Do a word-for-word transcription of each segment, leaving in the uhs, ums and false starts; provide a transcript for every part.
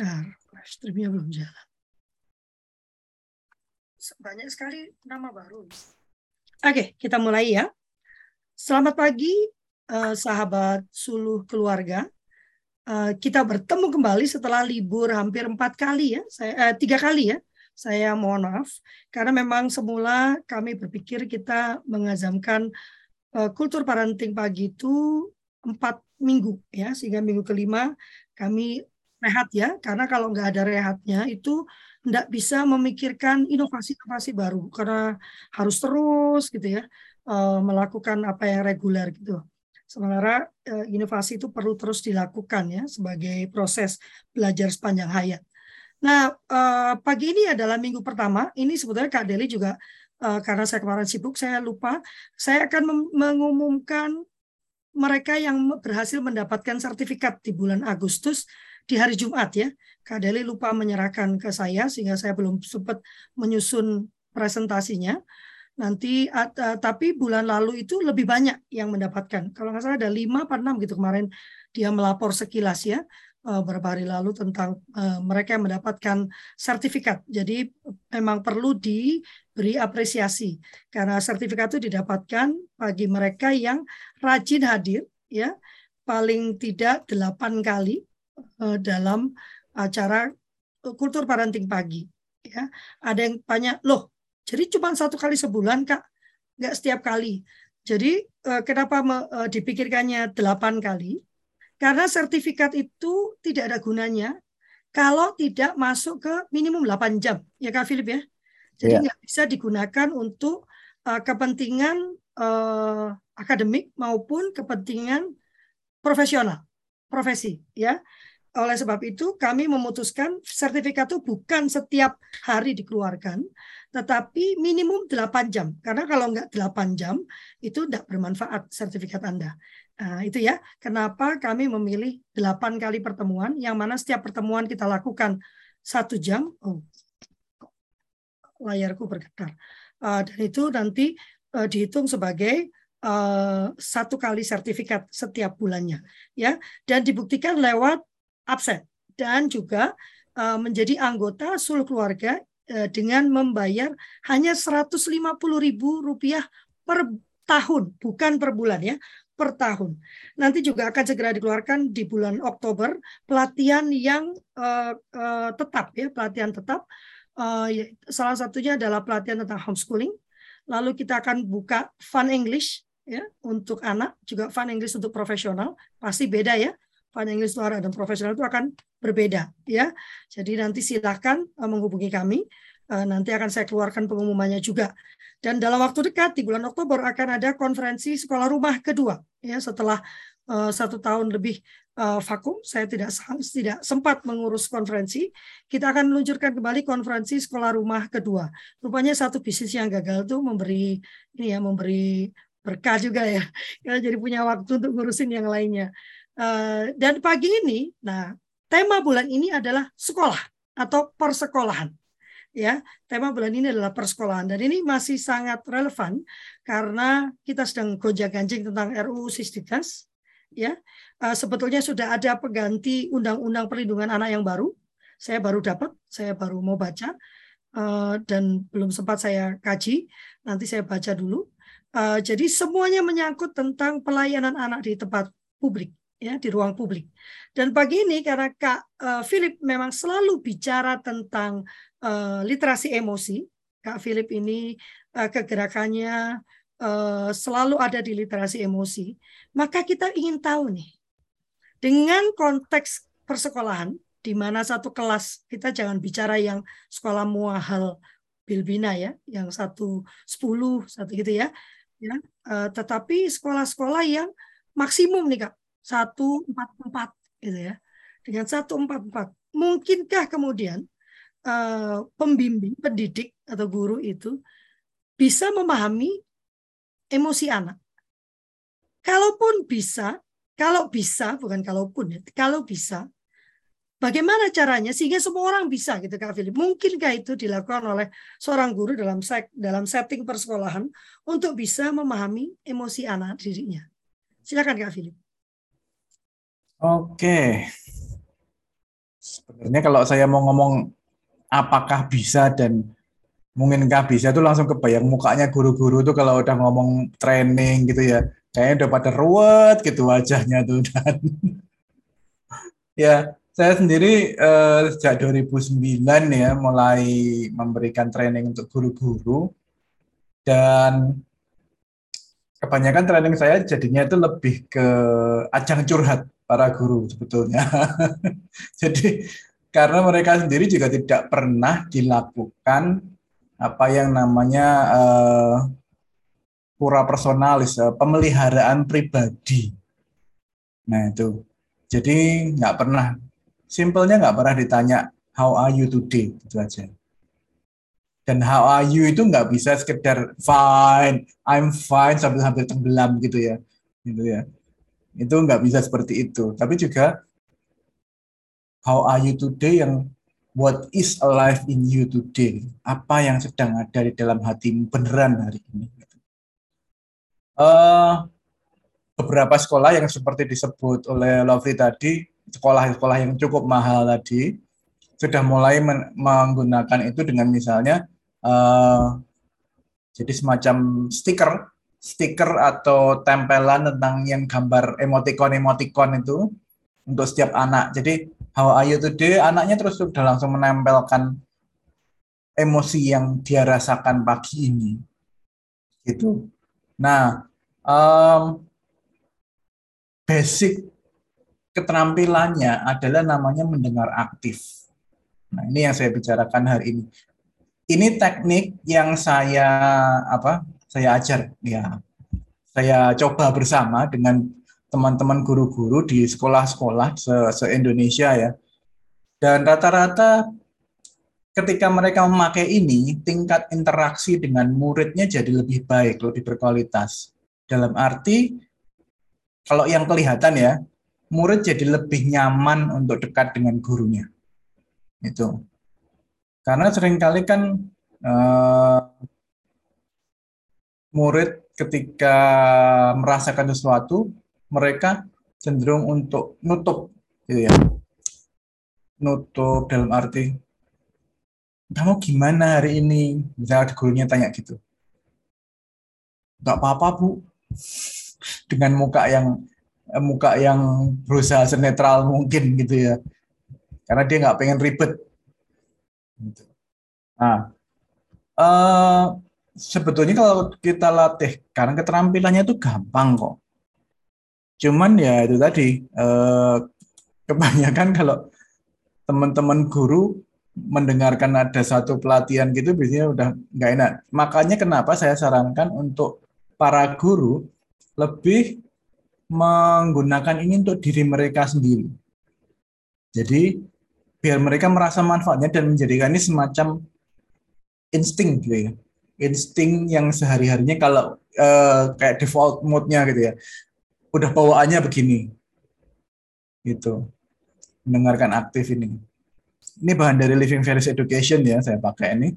Bentar, live streamnya belum jalan. Banyak sekali nama baru. Oke, kita mulai ya. Selamat pagi, eh, sahabat Suluh Keluarga. Eh, kita bertemu kembali setelah libur hampir empat kali ya, saya eh, tiga kali ya. Saya mohon maaf karena memang semula kami berpikir kita mengazamkan eh, kultur parenting pagi itu empat minggu ya, sehingga minggu kelima kami rehat ya, karena kalau nggak ada rehatnya itu nggak bisa memikirkan inovasi-inovasi baru karena harus terus gitu ya eh, melakukan apa yang reguler gitu. Sementara eh, inovasi itu perlu terus dilakukan ya sebagai proses belajar sepanjang hayat. Nah, eh, pagi ini adalah minggu pertama. Ini sebetulnya Kak Deli juga eh, karena saya kemarin sibuk, saya lupa. Saya akan mem- mengumumkan mereka yang berhasil mendapatkan sertifikat di bulan Agustus di hari Jumat ya. Kak Deli lupa menyerahkan ke saya sehingga saya belum sempat menyusun presentasinya. Nanti uh, tapi bulan lalu itu lebih banyak yang mendapatkan. Kalau nggak salah ada lima atau enam gitu kemarin dia melapor sekilas ya uh, beberapa hari lalu tentang uh, mereka yang mendapatkan sertifikat. Jadi memang perlu diberi apresiasi karena sertifikat itu didapatkan bagi mereka yang rajin hadir ya paling tidak delapan kali uh, dalam acara kultur parenting pagi ya. Ada yang tanya, loh jadi cuma satu kali sebulan, Kak. Nggak setiap kali. Jadi eh, kenapa eh, dipikirkannya delapan kali? Karena sertifikat itu tidak ada gunanya kalau tidak masuk ke minimum delapan jam. Ya, Kak Philip ya. Jadi Iya. nggak bisa digunakan untuk uh, kepentingan uh, akademik maupun kepentingan profesional, profesi. Ya. Oleh sebab itu, kami memutuskan sertifikat itu bukan setiap hari dikeluarkan, tetapi minimum delapan jam. Karena kalau nggak delapan jam, itu tidak bermanfaat sertifikat Anda. Nah, itu ya, kenapa kami memilih delapan kali pertemuan, yang mana setiap pertemuan kita lakukan satu jam. Oh, layarku bergetar. Uh, dan itu nanti uh, dihitung sebagai uh, satu kali sertifikat setiap bulannya. Ya, dan dibuktikan lewat absen dan juga uh, menjadi anggota Suluh Keluarga uh, dengan membayar hanya seratus lima puluh ribu rupiah per tahun, bukan per bulan ya, per tahun. Nanti juga akan segera dikeluarkan di bulan Oktober pelatihan yang uh, uh, tetap ya, pelatihan tetap. Uh, salah satunya adalah pelatihan tentang homeschooling. Lalu kita akan buka Fun English ya untuk anak, juga Fun English untuk profesional. Pasti beda ya. Fun English luar dan profesional itu akan berbeda ya. Jadi nanti silakan uh, menghubungi kami. Uh, nanti akan saya keluarkan pengumumannya juga. Dan dalam waktu dekat di bulan Oktober akan ada konferensi sekolah rumah kedua ya setelah uh, satu tahun lebih uh, vakum. Saya tidak tidak sempat mengurus konferensi. Kita akan meluncurkan kembali konferensi sekolah rumah kedua. Rupanya satu bisnis yang gagal tuh memberi ini ya memberi berkah juga ya. Ya jadi punya waktu untuk ngurusin yang lainnya. Uh, dan pagi ini, nah tema bulan ini adalah sekolah atau persekolahan. Ya, tema bulan ini adalah persekolahan dan ini masih sangat relevan karena kita sedang gonjang-ganjing tentang R U U Sisdiknas. Ya, uh, sebetulnya sudah ada pengganti Undang-Undang Perlindungan Anak yang baru. Saya baru dapat, saya baru mau baca uh, dan belum sempat saya kaji. Nanti saya baca dulu. Uh, jadi semuanya menyangkut tentang pelayanan anak di tempat publik, ya di ruang publik. Dan pagi ini karena Kak uh, Philip memang selalu bicara tentang uh, literasi emosi, Kak Philip ini uh, kegerakannya uh, selalu ada di literasi emosi. Maka kita ingin tahu nih, dengan konteks persekolahan, di mana satu kelas kita jangan bicara yang sekolah muahal Bilbina ya, yang satu sepuluh satu gitu ya, ya, uh, tetapi sekolah-sekolah yang maksimum nih Kak satu empat empat gitu ya, dengan satu empat empat mungkinkah kemudian uh, pembimbing, pendidik atau guru itu bisa memahami emosi anak? Kalaupun bisa, kalau bisa bukan kalaupun ya, kalau bisa bagaimana caranya sehingga semua orang bisa gitu Kak Philip? Mungkinkah itu dilakukan oleh seorang guru dalam dalam setting persekolahan untuk bisa memahami emosi anak dirinya? Silakan Kak Philip. Oke. Sebenarnya kalau saya mau ngomong apakah bisa dan mungkinkah bisa tuh langsung kebayang mukanya guru-guru tuh kalau udah ngomong training gitu ya. Kayaknya udah pada ruwet gitu wajahnya tuh. Dan ya, saya sendiri eh, sejak dua ribu sembilan ya mulai memberikan training untuk guru-guru dan kebanyakan training saya jadinya itu lebih ke ajang curhat para guru sebetulnya. Jadi karena mereka sendiri juga tidak pernah dilakukan apa yang namanya eh, pura personalis, eh, pemeliharaan pribadi. Nah itu, jadi nggak pernah, simpelnya nggak pernah ditanya how are you today, gitu aja. Dan how are you itu nggak bisa sekedar fine, I'm fine sambil sambil tenggelam gitu ya, gitu ya. Itu nggak bisa seperti itu. Tapi juga how are you today yang what is alive in you today, apa yang sedang ada di dalam hatimu beneran hari ini. Eh, Beberapa sekolah yang seperti disebut oleh Lovely tadi, sekolah-sekolah yang cukup mahal tadi, sudah mulai men- menggunakan itu dengan misalnya uh, jadi semacam stiker, stiker atau tempelan tentang yang gambar emoticon-emoticon itu untuk setiap anak. Jadi how are you today, anaknya terus sudah langsung menempelkan emosi yang dia rasakan pagi ini, gitu. Nah, um, basic keterampilannya adalah namanya mendengar aktif. Nah, ini yang saya bicarakan hari ini. Ini teknik yang saya apa? Saya ajar ya. Saya coba bersama dengan teman-teman guru-guru di sekolah-sekolah se, se-Indonesia ya. Dan rata-rata ketika mereka memakai ini, tingkat interaksi dengan muridnya jadi lebih baik, lebih berkualitas. Dalam arti kalau yang kelihatan ya, murid jadi lebih nyaman untuk dekat dengan gurunya. Itu. Karena seringkali kan eh, murid ketika merasakan sesuatu, mereka cenderung untuk nutup, gitu ya. Nutup dalam arti, kamu gimana hari ini? Misalnya gurunya tanya gitu. Gak apa-apa bu, dengan muka yang eh, muka yang berusaha senetral mungkin gitu ya. Karena dia nggak pengen ribet. Gitu. Nah, eh, sebetulnya kalau kita latih, karena keterampilannya itu gampang kok. Cuman ya itu tadi, eh, kebanyakan kalau teman-teman guru mendengarkan ada satu pelatihan gitu biasanya udah nggak enak. Makanya kenapa saya sarankan untuk para guru lebih menggunakan ini untuk diri mereka sendiri. Jadi biar mereka merasa manfaatnya dan menjadikan ini semacam insting gitu ya. Insting yang sehari-harinya kalau eh, kayak default mode-nya gitu ya. Udah bawaannya begini gitu. Mendengarkan aktif ini. Ini bahan dari Living Values Education ya saya pakai ini.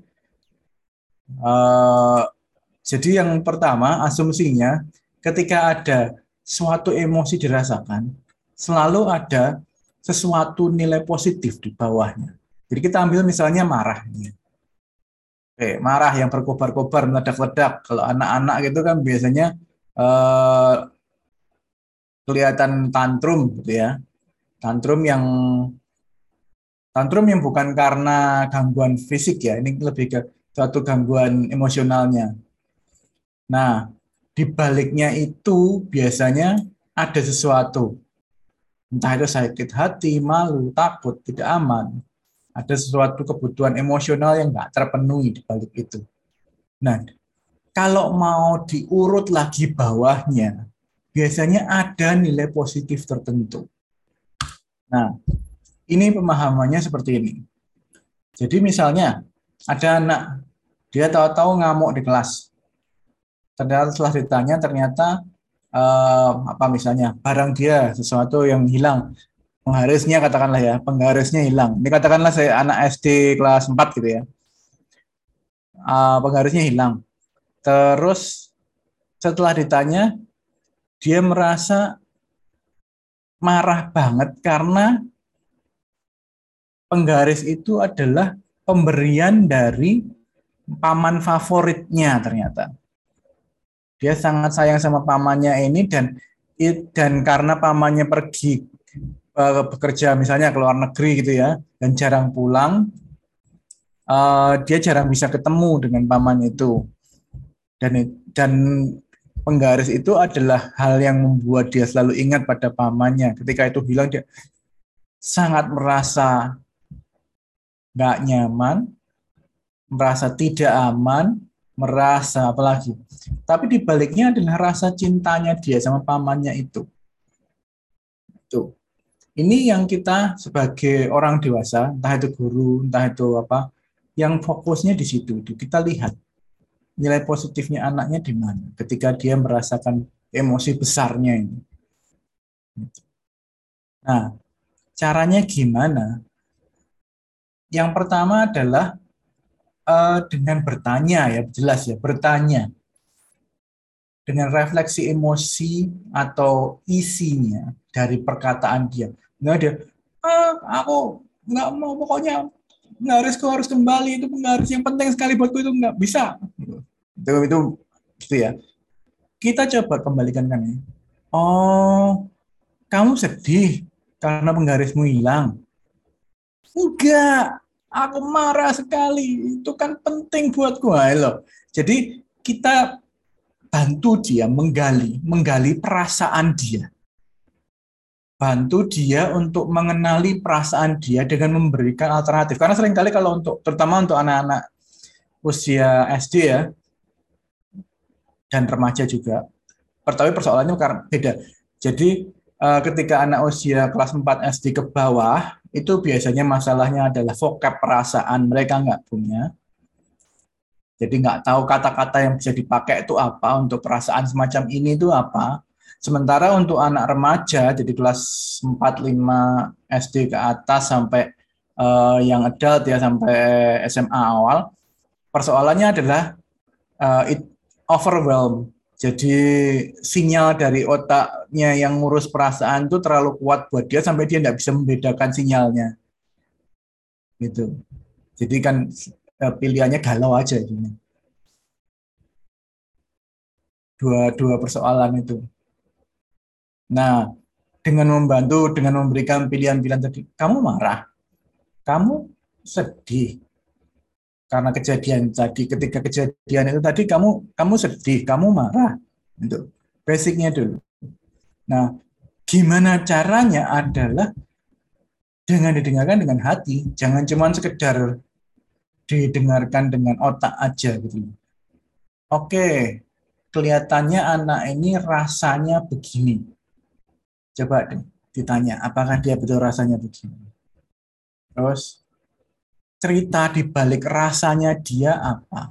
Uh, jadi yang pertama asumsinya ketika ada suatu emosi dirasakan selalu ada sesuatu nilai positif di bawahnya. Jadi kita ambil misalnya marah. Oke, marah yang berkobar-kobar, meledak-ledak. Kalau anak-anak gitu kan biasanya uh, kelihatan tantrum gitu ya. Tantrum yang tantrum yang bukan karena gangguan fisik ya, ini lebih ke suatu gangguan emosionalnya. Nah, di baliknya itu biasanya ada sesuatu. Entah itu sakit hati, malu, takut, tidak aman. Ada sesuatu kebutuhan emosional yang nggak terpenuhi di balik itu. Nah, kalau mau diurut lagi bawahnya, biasanya ada nilai positif tertentu. Nah, ini pemahamannya seperti ini. Jadi misalnya ada anak, dia tahu-tahu ngamuk di kelas. Ternyata setelah ditanya, ternyata eh, apa misalnya barang dia sesuatu yang hilang, penggarisnya katakanlah ya, penggarisnya hilang. Ini katakanlah saya anak S D kelas empat gitu ya, uh, penggarisnya hilang. Terus setelah ditanya, dia merasa marah banget karena penggaris itu adalah pemberian dari paman favoritnya ternyata. Dia sangat sayang sama pamannya ini dan dan karena pamannya pergi uh, bekerja misalnya ke luar negeri gitu ya dan jarang pulang, uh, dia jarang bisa ketemu dengan pamannya itu. Dan dan penggaris itu adalah hal yang membuat dia selalu ingat pada pamannya. Ketika itu hilang dia sangat merasa nggak nyaman, merasa tidak aman, merasa apalagi. Tapi di baliknya adalah rasa cintanya dia sama pamannya itu. Itu. Ini yang kita sebagai orang dewasa, entah itu guru, entah itu apa, yang fokusnya di situ. Kita lihat nilai positifnya anaknya di mana ketika dia merasakan emosi besarnya ini. Nah, caranya gimana? Yang pertama adalah uh, dengan bertanya ya, jelas ya, bertanya. Dengan refleksi emosi atau isinya dari perkataan dia. Nggak ada, ah, aku nggak mau, pokoknya penggarisku harus kembali, itu penggaris yang penting sekali buatku, itu nggak bisa. Itu, itu, gitu ya. Kita coba kembalikan kan ya. Oh, kamu sedih karena penggarismu hilang? Enggak, aku marah sekali. Itu kan penting buatku. Loh. Jadi kita bantu dia menggali, menggali perasaan dia. Bantu dia untuk mengenali perasaan dia dengan memberikan alternatif. Karena seringkali kalau untuk, terutama untuk anak-anak usia S D ya, dan remaja juga, tapi persoalannya karena beda. Jadi ketika anak usia kelas empat S D ke bawah, itu biasanya masalahnya adalah vocab perasaan, mereka nggak punya. Jadi nggak tahu kata-kata yang bisa dipakai itu apa, untuk perasaan semacam ini itu apa. Sementara untuk anak remaja, jadi kelas empat lima S D ke atas sampai uh, yang adult ya, sampai S M A awal, persoalannya adalah uh, it overwhelm. Jadi sinyal dari otaknya yang ngurus perasaan itu terlalu kuat buat dia sampai dia nggak bisa membedakan sinyalnya. Gitu. Jadi kan pilihannya galau aja gini. Dua dua persoalan itu. Nah, dengan membantu, dengan memberikan pilihan-pilihan tadi, kamu marah, kamu sedih karena kejadian tadi, ketika kejadian itu tadi kamu kamu sedih, kamu marah, itu basicnya dulu. Nah, gimana caranya adalah dengan didengarkan dengan hati, jangan cuma sekedar didengarkan dengan otak aja gitu. Oke, kelihatannya anak ini rasanya begini. Coba deh ditanya, apakah dia betul rasanya begini? Terus cerita di balik rasanya dia apa?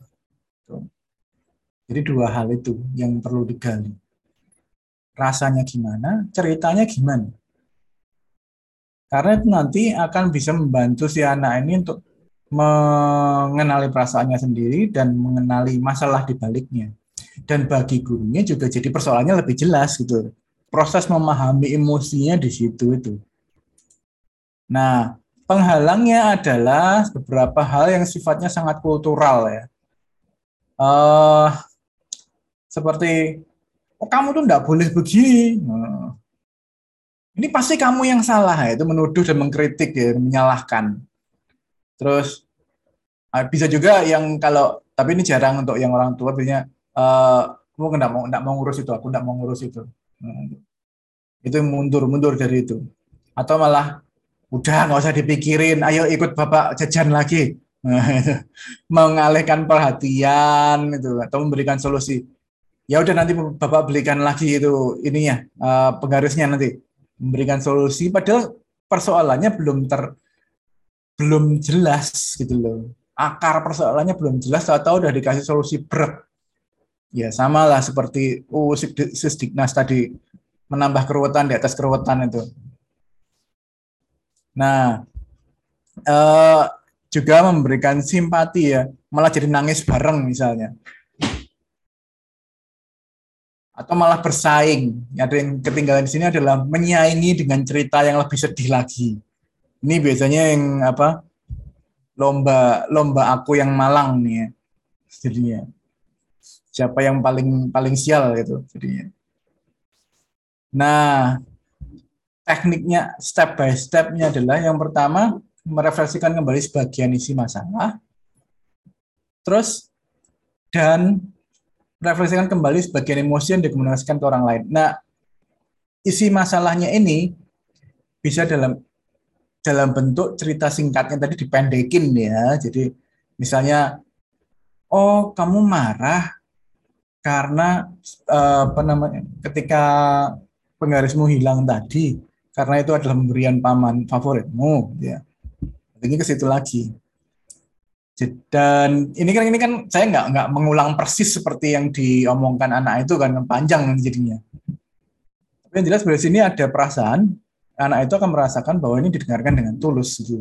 Jadi dua hal itu yang perlu digali. Rasanya gimana, ceritanya gimana? Karena itu nanti akan bisa membantu si anak ini untuk mengenali perasaannya sendiri dan mengenali masalah di baliknya. Dan bagi gurunya juga jadi persoalannya lebih jelas gitu. Proses memahami emosinya di situ itu. Nah, penghalangnya adalah beberapa hal yang sifatnya sangat kultural ya. Uh, seperti, oh, kamu tuh enggak boleh begini. Uh, ini pasti kamu yang salah ya. Itu menuduh dan mengkritik ya, menyalahkan. Terus bisa juga yang kalau, tapi ini jarang untuk yang orang tua, biasanya uh, kamu enggak mau enggak mau ngurus itu, aku enggak mau ngurus itu. Uh, itu mundur-mundur dari itu. Atau malah udah nggak usah dipikirin, ayo ikut bapak jajan lagi. Mengalihkan perhatian itu atau memberikan solusi. Ya udah nanti bapak belikan lagi itu ininya uh, penggarisnya nanti, memberikan solusi padahal persoalannya belum ter belum jelas gitu loh. Akar persoalannya belum jelas, tahu-tahu udah dikasih solusi berat. Ya sama lah seperti uh, Sisdiknas tadi, menambah keruwetan di atas keruwetan itu. Nah, uh, juga memberikan simpati ya, malah jadi nangis bareng misalnya. Atau malah bersaing. Ada yang ketinggalan di sini adalah menyaingi dengan cerita yang lebih sedih lagi. Ini biasanya yang apa? Lomba lomba aku yang malang nih ya. Jadinya siapa yang paling paling sial gitu jadinya. Nah, tekniknya step by step-nya adalah yang pertama merefleksikan kembali sebagian isi masalah, terus dan merefleksikan kembali sebagian emosi yang dikomunikasikan ke orang lain. Nah, isi masalahnya ini bisa dalam dalam bentuk cerita singkatnya tadi dipendekin ya. Jadi misalnya, oh kamu marah karena eh, apa namanya ketika penggarismu hilang tadi karena itu adalah pemberian paman favoritmu ya. Ini ke situ lagi. Dan ini kan ini kan saya nggak nggak mengulang persis seperti yang diomongkan anak itu kan panjang jadinya. Tapi yang jelas dari sini ada perasaan anak itu akan merasakan bahwa ini didengarkan dengan tulus gitu.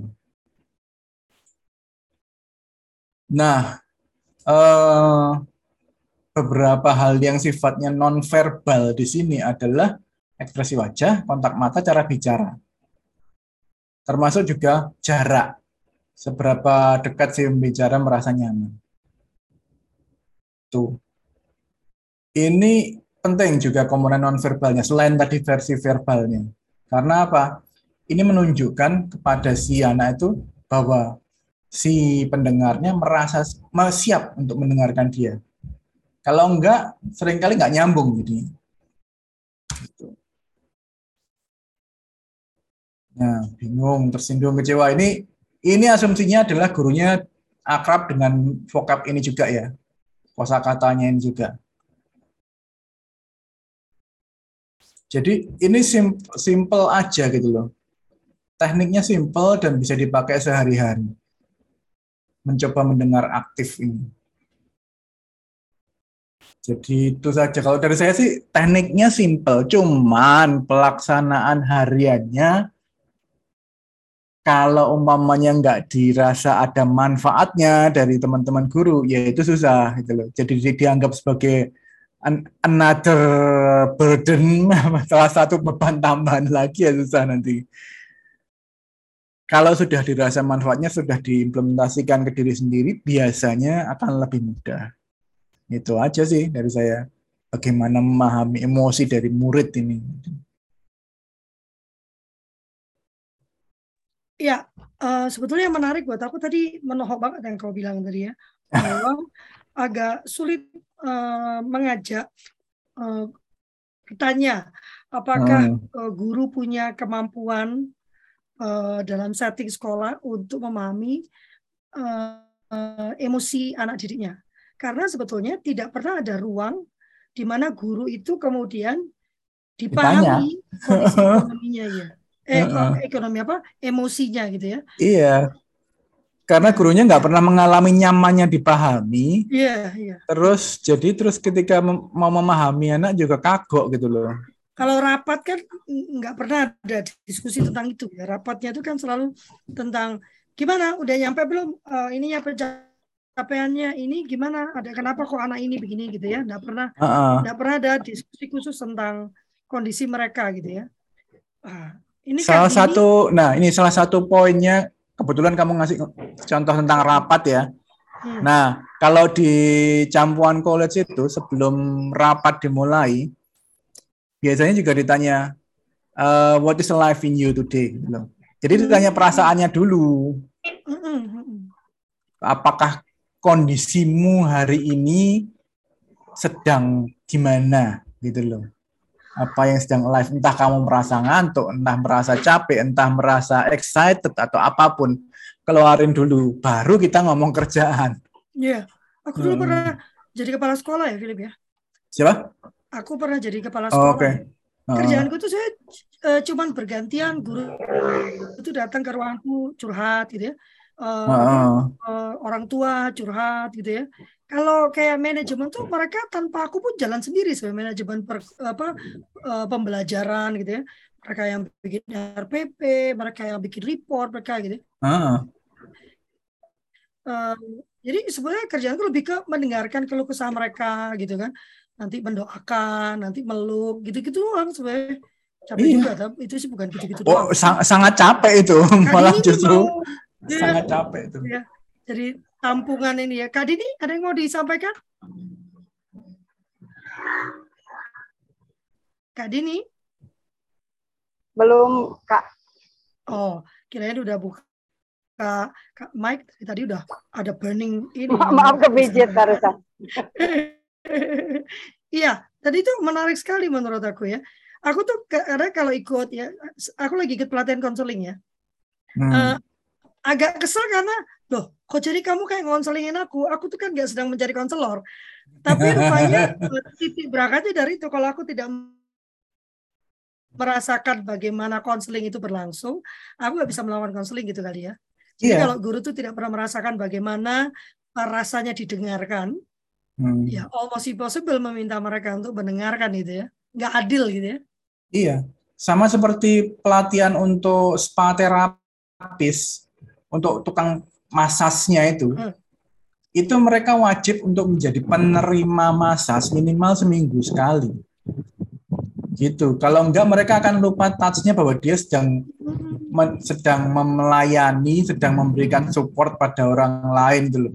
Nah, eh, beberapa hal yang sifatnya nonverbal di sini adalah ekspresi wajah, kontak mata, cara bicara. Termasuk juga jarak. Seberapa dekat si pembicara merasa nyaman. Tuh. Ini penting juga komponen nonverbalnya selain tadi versi verbalnya. Karena apa? Ini menunjukkan kepada si anak itu bahwa si pendengarnya merasa siap untuk mendengarkan dia. Kalau enggak, seringkali enggak nyambung jadi. Nah, bingung, tersinggung, kecewa. Ini ini asumsinya adalah gurunya akrab dengan vocab ini juga ya. Kosakatanya ini juga. Jadi ini sim simple aja gitu loh. Tekniknya simple dan bisa dipakai sehari-hari. Mencoba mendengar aktif ini. Jadi itu saja. Kalau dari saya sih tekniknya simple, cuman pelaksanaan hariannya kalau umpamanya nggak dirasa ada manfaatnya dari teman-teman guru, ya itu susah gitu loh. Jadi dianggap sebagai another burden, salah satu beban tambahan lagi ya susah nanti. Kalau sudah dirasa manfaatnya, sudah diimplementasikan ke diri sendiri, biasanya akan lebih mudah. Itu aja sih dari saya. Bagaimana memahami emosi dari murid ini. Ya, uh, sebetulnya yang menarik buat aku tadi menohok banget yang kau bilang tadi ya, bahwa agak sulit uh, mengajak uh, bertanya apakah Hmm. uh, guru punya kemampuan uh, dalam setting sekolah untuk memahami uh, uh, emosi anak didiknya. Karena sebetulnya tidak pernah ada ruang di mana guru itu kemudian Ditanya. dipahami kondisi ekonominya ya. Eh, Uh-uh. ekonomi apa? Emosinya gitu ya. Iya. Karena Nah, gurunya nggak pernah mengalami nyamannya dipahami. iya, iya. Terus jadi terus ketika mem- mau memahami anak juga kagok gitu loh. Kalau rapat kan nggak pernah ada diskusi tentang itu ya. Rapatnya itu kan selalu tentang gimana, udah nyampe belum uh, ininya pencapaiannya ini gimana, ada kenapa kok anak ini begini gitu ya. Nggak pernah Uh-uh. nggak pernah ada diskusi khusus tentang kondisi mereka gitu ya. Nah, ini Salah Kartini, satu, nah ini salah satu poinnya, kebetulan kamu ngasih contoh tentang rapat ya. hmm. Nah, kalau di Campuan College itu sebelum rapat dimulai, biasanya juga ditanya, uh, what is life in you today? Gitu loh. Jadi ditanya perasaannya dulu. Apakah kondisimu hari ini sedang gimana gitu loh. Apa yang sedang live, entah kamu merasa ngantuk, entah merasa capek, entah merasa excited atau apapun, keluarin dulu, baru kita ngomong kerjaan. Iya, aku dulu hmm. pernah jadi kepala sekolah ya, Philip ya. Siapa? Aku pernah jadi kepala Oh, sekolah. Oke. Okay. Uh. Kerjaanku tuh saya uh, cuman bergantian, guru itu datang ke ruangku curhat gitu ya. Uh, uh. Apa, uh, orang tua curhat gitu ya. Kalau kayak manajemen tuh mereka tanpa aku pun jalan sendiri sebagai manajemen per, apa uh, pembelajaran gitu ya. Mereka yang bikin R P P, mereka yang bikin report, mereka gitu. Uh. Uh, jadi sebenarnya kerjaanku lebih ke mendengarkan keluh kesah mereka gitu kan. Nanti mendoakan, nanti meluk, gitu-gitu doang sebenarnya. Capek Iya. juga, tapi itu sih bukan gitu-gitu Oh, doang. sang- sangat capek itu. Kak Malah Dini nih justru mau ya, sangat capek itu. ya. Jadi tampungan ini ya. Kak Dini, ada yang mau disampaikan? Kak Dini? Belum, Kak. Oh, kirain udah buka Kak Mike tadi, tadi udah ada burning ini. Maaf kepijit barusan. Iya, tadi itu menarik sekali menurut aku ya. Aku tuh karena kalau ikut ya, aku lagi ikut pelatihan konseling ya. Hmm. Uh, agak kesel karena, loh, kok jadi kamu kayak ngonselingin aku? Aku tuh kan nggak sedang mencari konselor. Tapi rupanya titik berakatnya dari itu. Kalau aku tidak merasakan bagaimana konseling itu berlangsung, aku nggak bisa melakukan konseling gitu kali ya. Jadi Iya. kalau guru tuh tidak pernah merasakan bagaimana rasanya didengarkan, Hmm. ya almost impossible meminta mereka untuk mendengarkan itu ya. Nggak adil gitu ya. Iya. Sama seperti pelatihan untuk spa terapis, untuk tukang masasnya itu. Hmm. Itu mereka wajib untuk menjadi penerima masas minimal seminggu sekali. Gitu. Kalau enggak mereka akan lupa touch-nya bahwa dia sedang men, sedang melayani, sedang memberikan support pada orang lain dulu.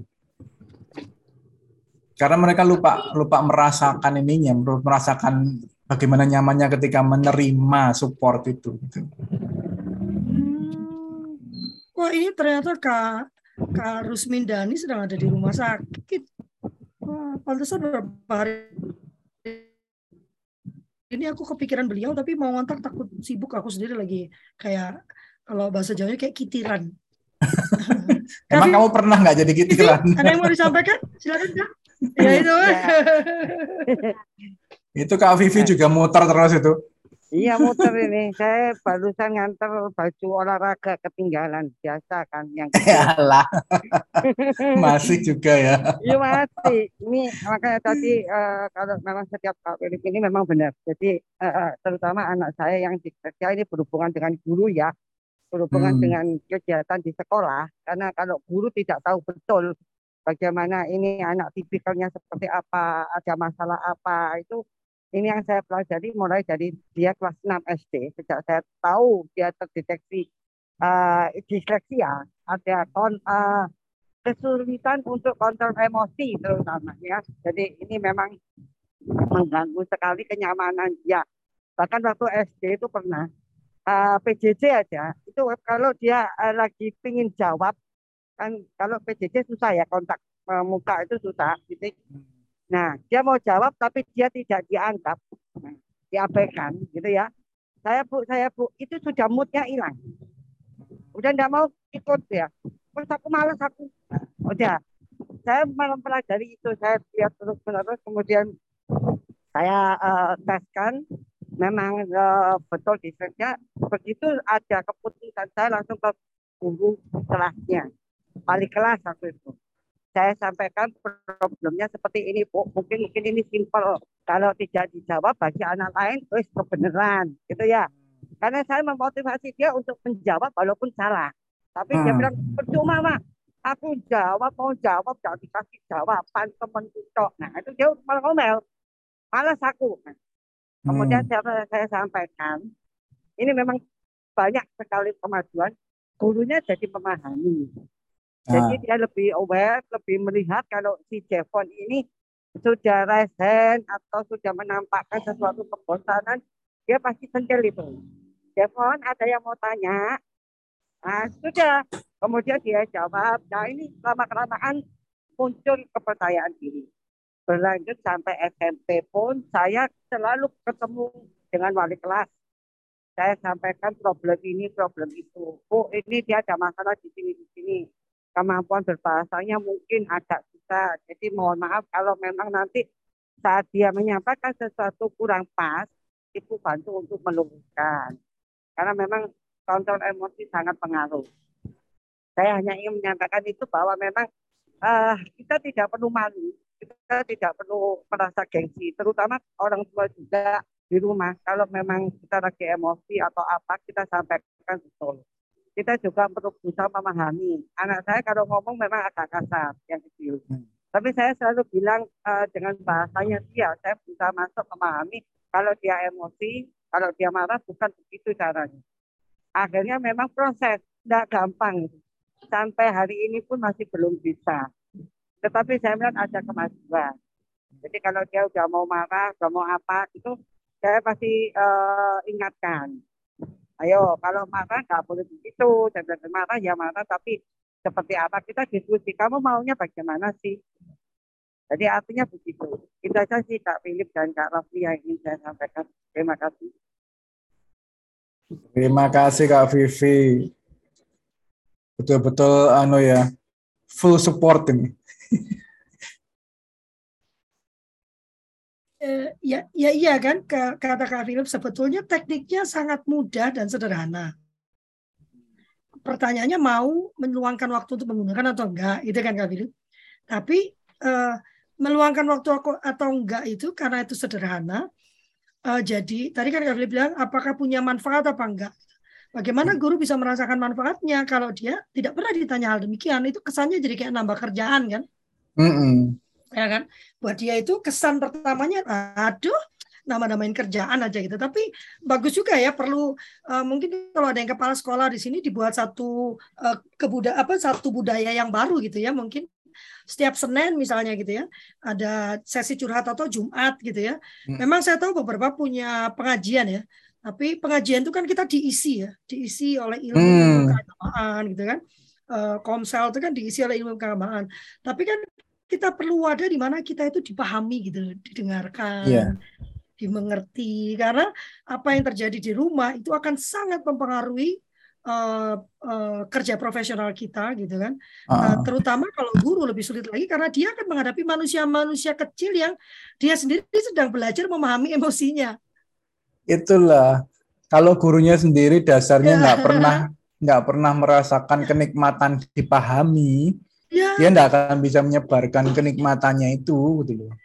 Karena mereka lupa lupa merasakan ininya, merasakan bagaimana nyamannya ketika menerima support itu. Gitu. Hmm. Wah, ini ternyata Kak Kak Rusmindani sedang ada di rumah sakit. Wah, pantesan beberapa hari ini aku kepikiran beliau, tapi mau ngontak takut sibuk. Aku sendiri lagi kayak, kalau bahasa Jawanya kayak kitiran. Emang kamu pernah nggak jadi kitiran? Ada yang mau disampaikan? Silakan Kak. Ya itu. Ya. Itu Kak Vivi juga muter terus itu. Iya muter ini. Saya barusan nganter baju olahraga ketinggalan. Biasa kan yang Yalah. Masih juga ya. Iya masih. Ini makanya tadi uh, kalau memang setiap Kak Philip ini memang benar. Jadi uh, terutama anak saya yang dikerja ini berhubungan dengan guru ya. Berhubungan Hmm. dengan kegiatan di sekolah. Karena kalau guru tidak tahu betul bagaimana ini anak tipikalnya seperti apa, ada masalah apa, itu ini yang saya pelajari mulai dari dia kelas enam S D. Sejak saya tahu dia terdeteksi uh, disleksia, ada kon, uh, kesulitan untuk kontrol emosi terutama ya. Jadi ini memang mengganggu sekali kenyamanan dia. Bahkan waktu S D itu pernah uh, P J J aja, itu kalau dia uh, lagi pingin jawab, kan kalau P J J susah ya, kontak uh, muka itu susah gitu. Nah dia mau jawab tapi dia tidak dianggap, nah, diabaikan gitu ya. Saya bu, saya bu, itu sudah moodnya hilang, udah nggak mau ikut ya. Terus aku malas aku, udah saya mempelajari itu, saya lihat terus menerus, kemudian saya uh, teskan, memang uh, betul disleksia. Begitu ada keputusan saya langsung ke guru kelasnya, wali kelas waktu itu. Saya sampaikan problemnya seperti ini, Bu. Mungkin mungkin ini simpel. Kalau tidak dijawab bagi anak lain, wis kebenaran, gitu ya. Karena saya memotivasi dia untuk menjawab walaupun salah. Tapi dia Hmm. bilang, percuma, Mak. Aku jawab, mau jawab, jangan dikasih jawaban temen tok. Nah, itu dia malah ngomel. Malas aku. Nah, kemudian Hmm. saya, saya sampaikan, ini memang banyak sekali kemajuan. Gurunya jadi memahami. Jadi Nah. dia lebih aware, lebih melihat kalau si Jevon ini sudah resen atau sudah menampakkan sesuatu kebosanan, dia pasti sentil itu. Jevon, ada yang mau tanya? Nah, sudah. Kemudian dia jawab. Nah, ini lama-kelamaan muncul kepercayaan diri. Berlanjut sampai S M P pun saya selalu ketemu dengan wali kelas. Saya sampaikan problem ini, problem itu. Oh, ini dia ada masalah di sini, di sini. Kemampuan berbahasanya mungkin agak susah. Jadi mohon maaf kalau memang nanti saat dia menyampaikan sesuatu kurang pas, Ibu bantu untuk meluruskan. Karena memang kontrol emosi sangat pengaruh. Saya hanya ingin menyampaikan itu bahwa memang uh, kita tidak perlu malu, kita tidak perlu merasa gengsi, terutama orang tua juga di rumah. Kalau memang kita lagi emosi atau apa, kita sampaikan betul. Kita juga perlu berusaha memahami. Anak saya kalau ngomong memang agak kasar, yang kecil. Hmm. Tapi saya selalu bilang uh, dengan bahasanya dia, saya berusaha masuk memahami. Kalau dia emosi, Kalau dia marah bukan begitu caranya. Akhirnya memang proses, tidak gampang. Sampai hari ini pun masih belum bisa. Tetapi saya melihat ada kemajuan. Jadi kalau dia udah mau marah, udah mau apa, itu saya pasti uh, ingatkan. Ayo, kalau marah nggak boleh begitu. Saya bilang marah ya marah, tapi seperti apa kita diskusi. Kamu maunya bagaimana sih? Jadi artinya begitu. Itu saja sih Kak Philip dan Kak Rafli yang ingin saya sampaikan. Terima kasih. Terima kasih Kak Vivi. Betul-betul anu ya, full support ini. Eh, ya, ya iya kan, kata Kak Philip, sebetulnya tekniknya sangat mudah dan sederhana. Pertanyaannya mau meluangkan waktu untuk menggunakan atau enggak, itu kan Kak Philip. Tapi eh, meluangkan waktu atau enggak itu karena itu sederhana. Eh, jadi tadi kan Kak Philip bilang apakah punya manfaat apa enggak. Bagaimana guru bisa merasakan manfaatnya kalau dia tidak pernah ditanya hal demikian? Itu kesannya jadi kayak nambah kerjaan kan? Mm-mm. Ya kan? Buat dia itu kesan pertamanya, aduh, nama-namain kerjaan aja gitu. Tapi bagus juga ya, perlu uh, mungkin kalau ada yang kepala sekolah di sini dibuat satu uh, kebuda apa satu budaya yang baru gitu ya, mungkin setiap Senin misalnya gitu ya, ada sesi curhat atau Jumat gitu ya. Memang saya tahu beberapa punya pengajian ya, tapi pengajian itu kan kita diisi ya, diisi oleh ilmu-ilmu keagamaan gitu kan. Uh, komsel itu kan diisi oleh ilmu keagamaan. Tapi kan kita perlu wadah di mana kita itu dipahami gitu, didengarkan, yeah. dimengerti. Karena apa yang terjadi di rumah itu akan sangat mempengaruhi uh, uh, kerja profesional kita, gitu kan. Uh. Uh, terutama kalau guru lebih sulit lagi karena dia akan menghadapi manusia-manusia kecil yang dia sendiri sedang belajar memahami emosinya. Itulah, kalau gurunya sendiri dasarnya nggak pernah nggak pernah merasakan kenikmatan dipahami. Ya. Dia nggak akan bisa menyebarkan kenikmatannya itu, gitu loh.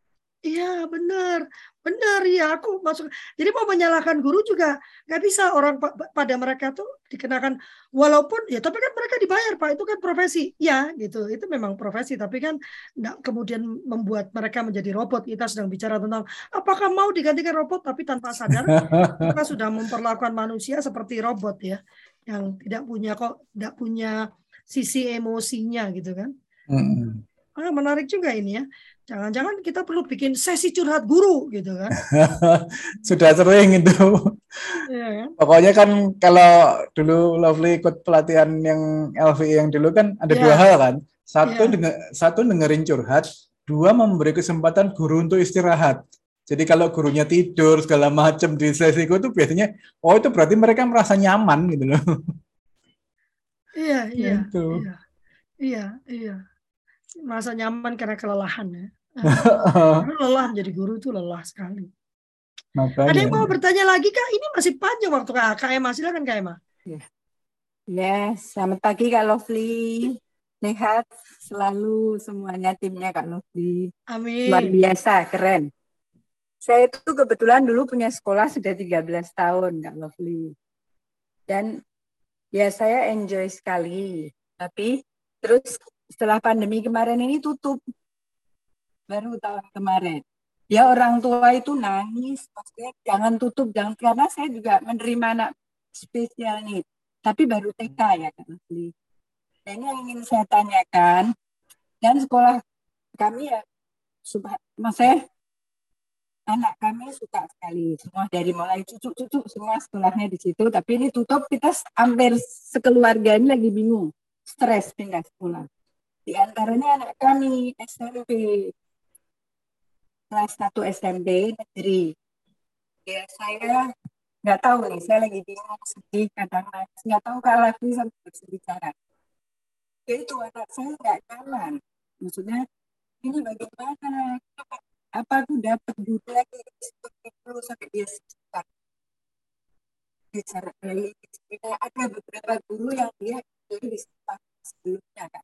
Iya, benar, benar ya. Aku masuk. Jadi mau menyalahkan guru juga nggak bisa. Orang pada mereka tuh dikenakan, walaupun ya, tapi kan mereka dibayar Pak. Itu kan profesi, ya gitu. Itu memang profesi. Tapi kan nggak kemudian membuat mereka menjadi robot. Kita sedang bicara tentang apakah mau digantikan robot, tapi tanpa sadar kita sudah memperlakukan manusia seperti robot ya, yang tidak punya kok, tidak punya sisi emosinya gitu kan. Hmm. Ah, menarik juga ini ya. Jangan-jangan kita perlu bikin sesi curhat guru gitu kan. Sudah sering itu. Ya, kan? Pokoknya kan kalau dulu Lovely ikut pelatihan yang L V I yang dulu kan ada ya. dua hal kan. Satu, ya. denger, satu dengerin curhat, dua memberi kesempatan guru untuk istirahat. Jadi kalau gurunya tidur segala macam di sesi itu biasanya, oh itu berarti mereka merasa nyaman gitu loh. Iya, iya, gitu. iya, iya, iya. Merasa nyaman karena kelelahan ya. Karena lelah menjadi guru itu lelah sekali. Makanya. Ada yang mau bertanya lagi Kak? Ini masih panjang waktu Kak Emma. Silakan Kak Emma. Ya, yes, selamat pagi Kak Lovely. Sehat selalu semuanya timnya Kak Lovely. Amin. Luar biasa, keren. Saya itu kebetulan dulu punya sekolah sudah tiga belas tahun Kak Lovely. Dan ya saya enjoy sekali. Tapi terus setelah pandemi kemarin ini tutup. Baru tahun kemarin. Ya orang tua itu nangis, maksudnya jangan tutup, jangan, karena saya juga menerima anak spesial nih. Tapi baru T K ya Kak Lovely. Nah, ini yang ingin saya tanyakan. Dan sekolah kami ya, maksudnya anak kami suka sekali. Semua dari mulai cucu-cucu semua sekolahnya di situ. Tapi ini tutup, kita hampir sekeluarga ini lagi bingung. Stres pindah sekolah. Di antaranya anak kami S M P. Kelas satu S M P negeri. Ya saya nggak tahu nih, saya lagi bingung, sedih, kadang nangis, nggak tahu kalau lagi sampai bisa bicara. Ya itu anak saya nggak jalan. Maksudnya ini bagaimana? Apa aku dapat guru lagi seperti itu sampai dia sekitar. Bicara dari ada beberapa guru yang dia jadi bisa sebelumnya kan.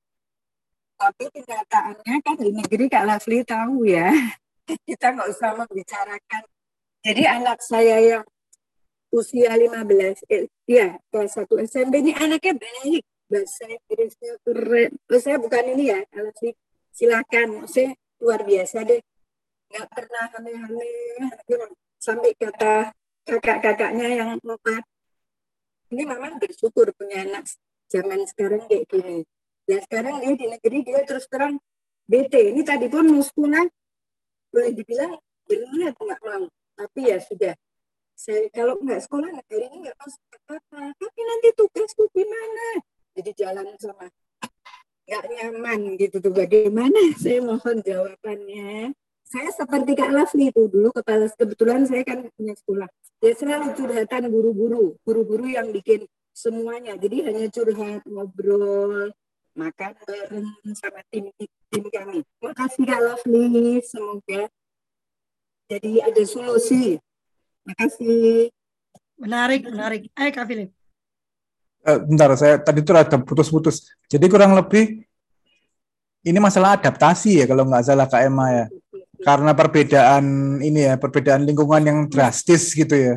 Tapi kenyataannya kan di negeri Kak Lovely tahu ya, kita nggak usah membicarakan. Jadi anak saya yang usia lima belas, eh, ya kelas satu S M P ini anaknya baik, bahasa Inggrisnya keren. Saya bukan ini ya, Kak Lovely, silakan, saya luar biasa deh, nggak pernah aneh-aneh, sampai kata kakak-kakaknya yang empat. Ini memang bersyukur punya anak zaman sekarang kayak gini. Ya sekarang dia di negeri dia terus terang bete. Ini tadi pun muskuna boleh dibilang berniat nggak mau. Tapi ya sudah. Saya kalau nggak sekolah negeri ini nggak masuk apa-apa. Tapi nanti tugasku gimana? Jadi jalan sama nggak nyaman gitu tuh. Bagaimana? Saya mohon jawabannya. Saya seperti Kak Lafli itu dulu kepala kebetulan saya kan punya sekolah. Ya selalu curhatan guru-guru, guru-guru yang bikin semuanya. Jadi hanya curhat, ngobrol, makan bareng sama tim tim kami. Makasih Kak Lafli, semoga jadi ada solusi. Makasih. Menarik, menarik. Ayo Kak Philip. Eh, bentar, saya tadi tuh ada putus-putus. Jadi kurang lebih ini masalah adaptasi ya kalau nggak salah Kak Emma ya. Karena perbedaan ini ya, perbedaan lingkungan yang drastis gitu ya.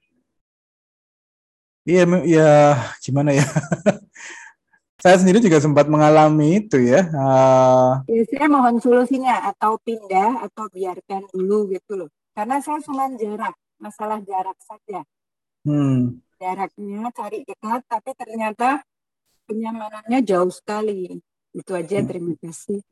Iya, ya gimana ya? Saya sendiri juga sempat mengalami itu ya. Uh, ya. Saya mohon solusinya atau pindah atau biarkan dulu gitu loh. Karena saya cuma jarak, masalah jarak saja. Hmm. Jaraknya cari dekat, tapi ternyata kenyamanannya jauh sekali. Itu aja, terima kasih.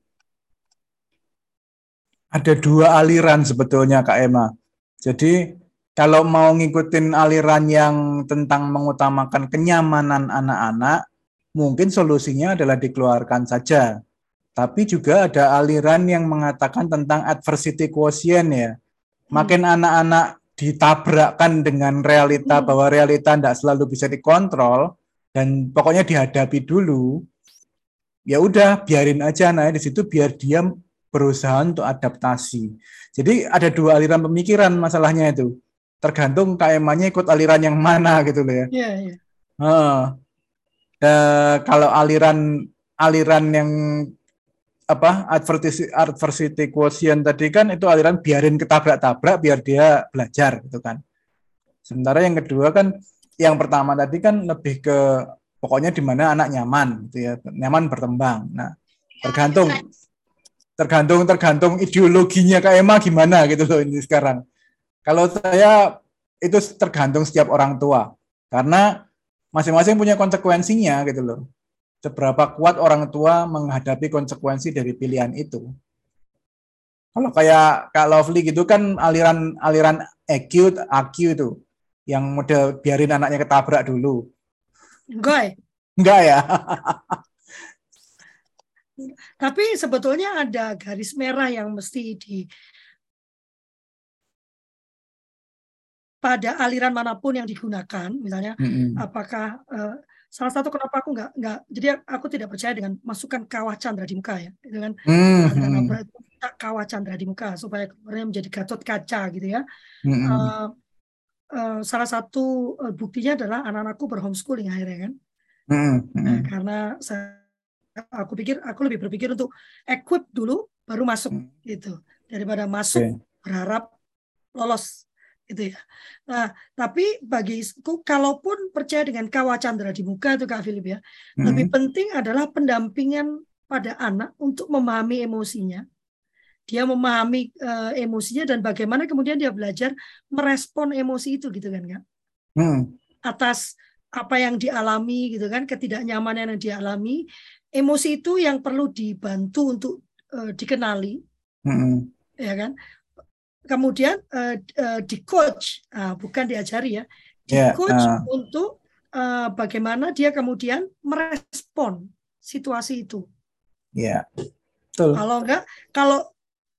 Ada dua aliran sebetulnya Kak Emma. Jadi kalau mau ngikutin aliran yang tentang mengutamakan kenyamanan anak-anak, mungkin solusinya adalah dikeluarkan saja. Tapi juga ada aliran yang mengatakan tentang adversity quotient ya. Makin hmm. anak-anak ditabrakkan dengan realita hmm. bahwa realita tidak selalu bisa dikontrol dan pokoknya dihadapi dulu, ya udah biarin aja anaknya di situ biar dia berusaha untuk adaptasi. Jadi ada dua aliran pemikiran masalahnya itu. Tergantung K M A-nya ikut aliran yang mana gitu loh ya. Iya, yeah, iya. Yeah. Uh, uh, kalau aliran aliran yang apa adversity, adversity quotient tadi kan itu aliran biarin ketabrak-tabrak biar dia belajar gitu kan. Sementara yang kedua kan yang pertama tadi kan lebih ke pokoknya di mana anak nyaman gitu ya, nyaman berkembang. Nah, tergantung tergantung tergantung ideologinya Kak Emma gimana gitu loh ini sekarang. Kalau saya itu tergantung setiap orang tua karena masing-masing punya konsekuensinya gitu loh. Seberapa kuat orang tua menghadapi konsekuensi dari pilihan itu. Kalau kayak Kak Lovely gitu kan aliran aliran E Q, A Q itu yang model biarin anaknya ketabrak dulu. Enggak. Enggak ya. Tapi sebetulnya ada garis merah yang mesti di pada aliran manapun yang digunakan, misalnya mm-hmm. apakah uh, salah satu kenapa aku nggak nggak jadi aku tidak percaya dengan masukan kawah Chandra di muka ya, dengan mm-hmm. kawah Chandra di muka supaya kemudian menjadi Gatot Kaca gitu ya. Mm-hmm. Uh, uh, salah satu uh, buktinya adalah anak-anakku berhomeschooling akhirnya kan, mm-hmm. nah, karena saya aku pikir aku lebih berpikir untuk equip dulu baru masuk mm-hmm. gitu daripada masuk okay. berharap lolos. Itu ya. Nah, tapi bagiku kalaupun percaya dengan kawah Chandra di muka itu Kak Philip ya, hmm. lebih penting adalah pendampingan pada anak untuk memahami emosinya. Dia memahami uh, emosinya dan bagaimana kemudian dia belajar merespon emosi itu gitu kan Kak. Hmm. Atas apa yang dialami gitu kan, ketidaknyamanan yang dialami, emosi itu yang perlu dibantu untuk uh, dikenali. Hmm. Ya kan? Kemudian uh, uh, di coach, uh, bukan diajari ya, di yeah, coach uh. untuk uh, bagaimana dia kemudian merespon situasi itu. Ya, yeah. Betul. Kalau enggak, kalau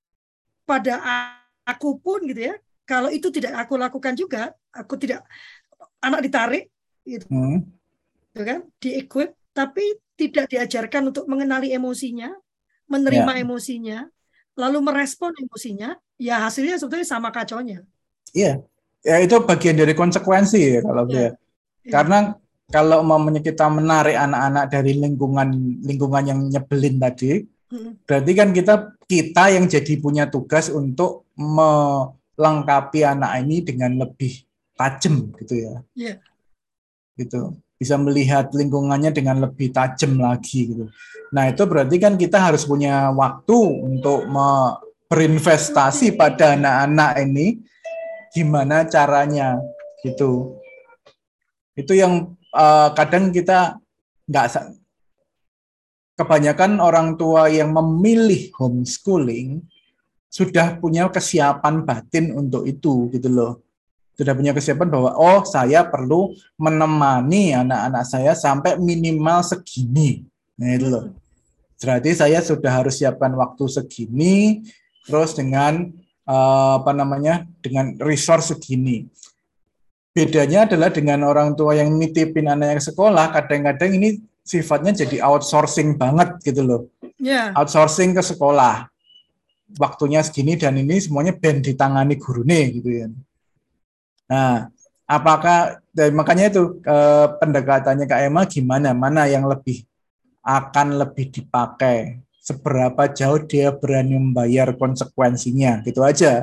pada aku pun gitu ya, kalau itu tidak aku lakukan juga, aku tidak anak ditarik, gitu, hmm. gitu kan, di-equip, tapi tidak diajarkan untuk mengenali emosinya, menerima yeah. emosinya, lalu merespon emosinya. Ya hasilnya sebetulnya sama kacaunya. Iya, ya itu bagian dari konsekuensi ya kalau dia. Ya. Karena kalau umpamanya kita menarik anak-anak dari lingkungan lingkungan yang nyebelin tadi, hmm. berarti kan kita kita yang jadi punya tugas untuk melengkapi anak ini dengan lebih tajam gitu ya. Iya. Gitu. Bisa melihat lingkungannya dengan lebih tajam lagi gitu. Nah, itu berarti kan kita harus punya waktu untuk me- berinvestasi pada anak-anak ini gimana caranya gitu. Itu yang uh, kadang kita nggak, kebanyakan orang tua yang memilih homeschooling sudah punya kesiapan batin untuk itu gitu loh. Sudah punya kesiapan bahwa oh saya perlu menemani anak-anak saya sampai minimal segini. Nah itu loh. Berarti saya sudah harus siapkan waktu segini, terus dengan uh, apa namanya, dengan resource segini. Bedanya adalah dengan orang tua yang nitipin anaknya ke sekolah, kadang-kadang ini sifatnya jadi outsourcing banget gitu loh. Yeah. Outsourcing ke sekolah. Waktunya segini dan ini semuanya ben ditangani gurune gitu ya. Nah, apakah dan makanya itu eh, pendekatannya Kak Emma gimana? Mana yang lebih akan lebih dipakai? Seberapa jauh dia berani membayar konsekuensinya? Gitu aja.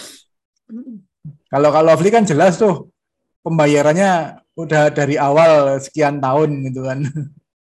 Kalau kalau Lovely kan jelas tuh pembayarannya udah dari awal sekian tahun gitu kan.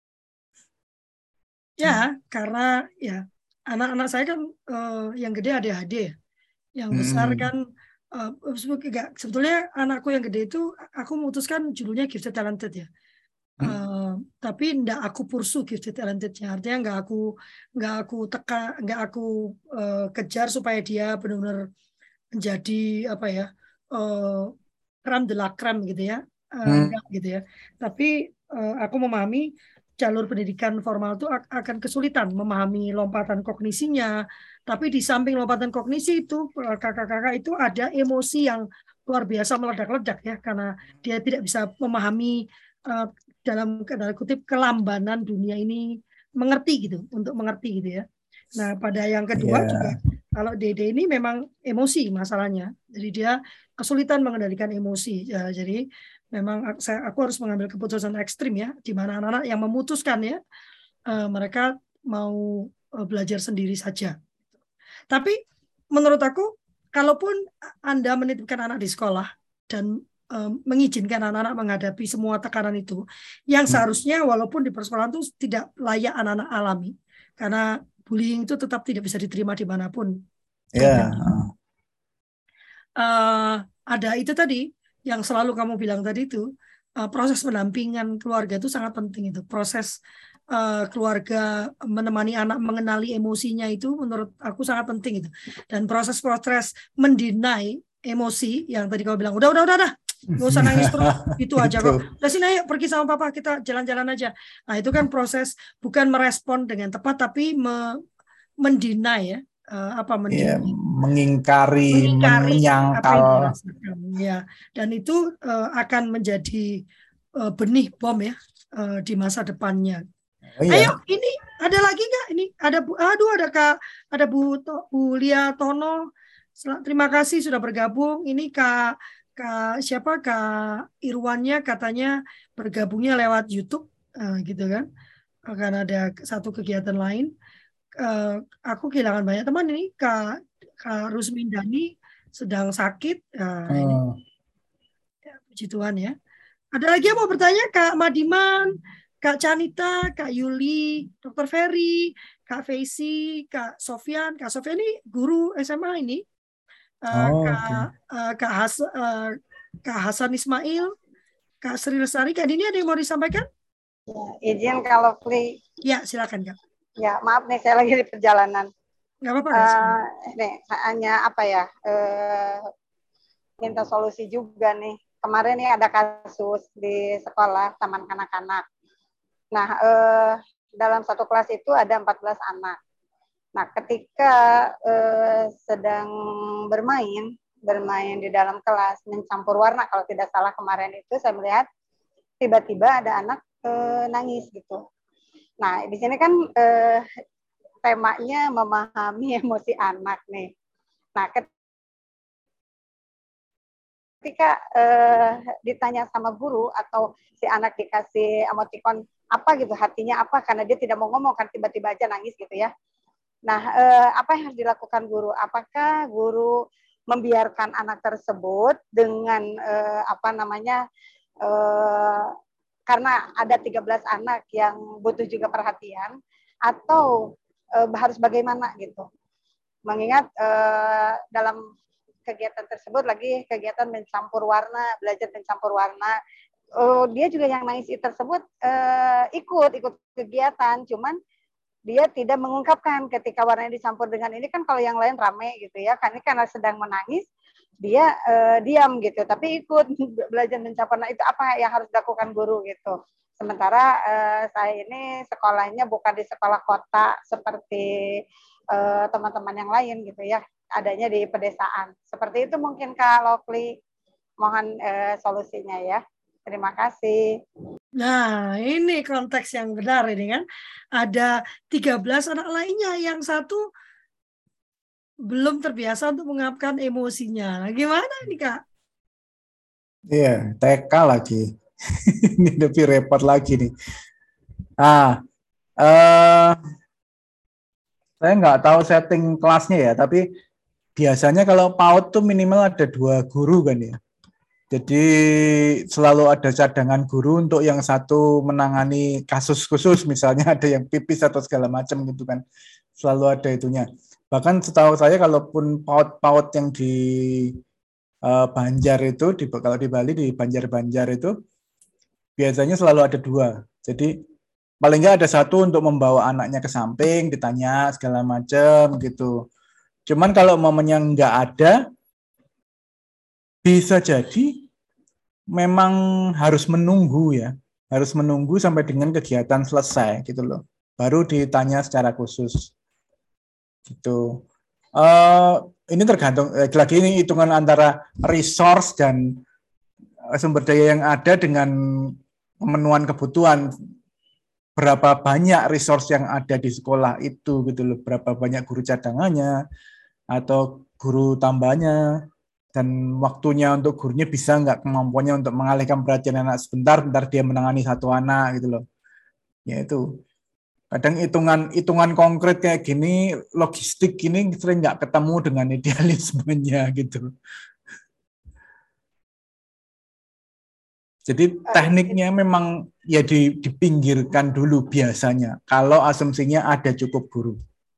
Ya, karena ya anak-anak saya kan uh, yang gede A D H D ya. Yang besar hmm. kan uh, sebetulnya anakku yang gede itu aku memutuskan judulnya Gifted Talented ya. Hmm. Uh, tapi enggak aku pursu Gifted Talentednya. Artinya enggak aku enggak aku teka, enggak aku uh, kejar supaya dia benar-benar menjadi apa ya? Uh, kram de la kram gitu ya. Uh, hmm. Enggak gitu ya. Tapi uh, aku memahami jalur pendidikan formal itu akan kesulitan memahami lompatan kognisinya. Tapi di samping lompatan kognisi itu, kakak-kakak itu ada emosi yang luar biasa meledak-ledak ya, karena dia tidak bisa memahami uh, dalam dalam kutip kelambanan dunia ini, mengerti gitu, untuk mengerti gitu ya. Nah pada yang kedua yeah. juga, kalau Dede ini memang emosi masalahnya, jadi dia kesulitan mengendalikan emosi. Ya, jadi memang saya, aku harus mengambil keputusan ekstrim ya, di mana anak-anak yang memutuskan ya, uh, mereka mau uh, belajar sendiri saja. Tapi menurut aku, kalaupun Anda menitipkan anak di sekolah dan um, mengizinkan anak-anak menghadapi semua tekanan itu, yang seharusnya walaupun di persekolahan itu tidak layak anak-anak alami, karena bullying itu tetap tidak bisa diterima dimanapun. Yeah. Uh, ada itu tadi, yang selalu kamu bilang tadi itu, uh, proses pendampingan keluarga itu sangat penting itu. Proses uh, keluarga menemani anak mengenali emosinya itu menurut aku sangat penting itu. Dan proses-proses mendinai emosi yang tadi kamu bilang, udah, udah, udah, udah. Nggak usah nangis terus, itu aja kok. Udah sini ayo pergi sama papa, kita jalan-jalan aja. Nah itu kan proses bukan merespon dengan tepat, tapi me mendinai ya. Uh, apa yeah, mengingkari, mengingkari menyangkal ya, dan itu uh, akan menjadi uh, benih bom ya uh, di masa depannya. Oh, iya. Ayo ini ada lagi nggak? Ini ada bu, aduh ada kak, ada bu, bu Lia Tono. Terima kasih sudah bergabung. Ini kak, kak siapa kak Irwannya katanya bergabungnya lewat YouTube uh, gitu kan? Akan ada satu kegiatan lain. Uh, aku kehilangan banyak teman ini. Kak, Kak Rusmindani sedang sakit. Uh, oh. Ini. Ya, puji Tuhan ya. Ada lagi yang mau bertanya? Kak Madiman, Kak Canita, Kak Yuli, Dokter Ferry, Kak Feisi, Kak Sofyan. Kak Sofyan ini guru S M A ini. Uh, oh, Kak, okay. uh, Kak, Has, uh, Kak Hasan Ismail, Kak Sri Lestari. Kak Dini ada yang mau disampaikan? Ya, izin kalau free. Ya, silakan Kak. Ya, maaf nih saya lagi di perjalanan. Nggak apa-apa. Uh, nih, hanya apa ya, uh, minta solusi juga nih. Kemarin nih ada kasus di sekolah taman kanak-kanak. Nah, uh, dalam satu kelas itu ada empat belas anak. Nah, ketika uh, sedang bermain, bermain di dalam kelas, mencampur warna, kalau tidak salah kemarin itu saya melihat tiba-tiba ada anak uh, nangis gitu. Nah, di sini kan eh, temanya memahami emosi anak nih. Nah, ketika eh, ditanya sama guru atau si anak dikasih emotikon apa gitu, hatinya apa, karena dia tidak mau ngomong kan tiba-tiba aja nangis gitu ya. Nah, eh, apa yang harus dilakukan guru? Apakah guru membiarkan anak tersebut dengan eh, apa namanya? Eh, karena ada tiga belas anak yang butuh juga perhatian, atau e, harus bagaimana gitu. Mengingat e, dalam kegiatan tersebut lagi kegiatan mencampur warna, belajar mencampur warna. Uh, dia juga yang nangis tersebut uh, ikut ikut kegiatan, cuman dia tidak mengungkapkan ketika warnanya dicampur dengan ini kan kalau yang lain rame gitu ya, kan ini karena sedang menangis dia uh, diam gitu, tapi ikut belajar mencampur. Nah itu apa yang harus dilakukan guru gitu. Sementara uh, saya ini sekolahnya bukan di sekolah kota seperti uh, teman-teman yang lain gitu ya, adanya di pedesaan. Seperti itu mungkin Kak Lokli, mohon uh, solusinya ya. Terima kasih. Nah, ini konteks yang benar ini kan. Ada tiga belas anak lainnya, yang satu belum terbiasa untuk mengungkapkan emosinya. Nah, gimana ini Kak? Iya, T K lagi. Ini lebih repot lagi nih. Ah, eh, saya nggak tahu setting kelasnya ya, tapi biasanya kalau PAUD tuh minimal ada dua guru kan ya. Jadi selalu ada cadangan guru untuk yang satu menangani kasus khusus, misalnya ada yang pipis atau segala macam gitu kan. Selalu ada itunya. Bahkan setahu saya kalaupun PAUD-PAUD yang di uh, Banjar itu, di, kalau di Bali di Banjar-Banjar itu biasanya selalu ada dua. Jadi paling nggak ada satu untuk membawa anaknya ke samping, ditanya segala macam gitu. Cuman kalau momennya nggak ada, bisa jadi memang harus menunggu ya, harus menunggu sampai dengan kegiatan selesai gitu loh, baru ditanya secara khusus gitu. Uh, ini tergantung eh, lagi ini hitungan antara resource dan sumber daya yang ada dengan pemenuhan kebutuhan. Berapa banyak resource yang ada di sekolah itu gitu loh, berapa banyak guru cadangannya atau guru tambahnya, dan waktunya untuk gurunya bisa nggak kemampuannya untuk mengalihkan perhatian anak sebentar, bentar dia menangani satu anak gitu loh. Ya itu. Kadang hitungan hitungan konkret kayak gini, logistik gini sering nggak ketemu dengan idealismenya gitu. Jadi tekniknya memang ya dipinggirkan dulu biasanya kalau asumsinya ada cukup guru.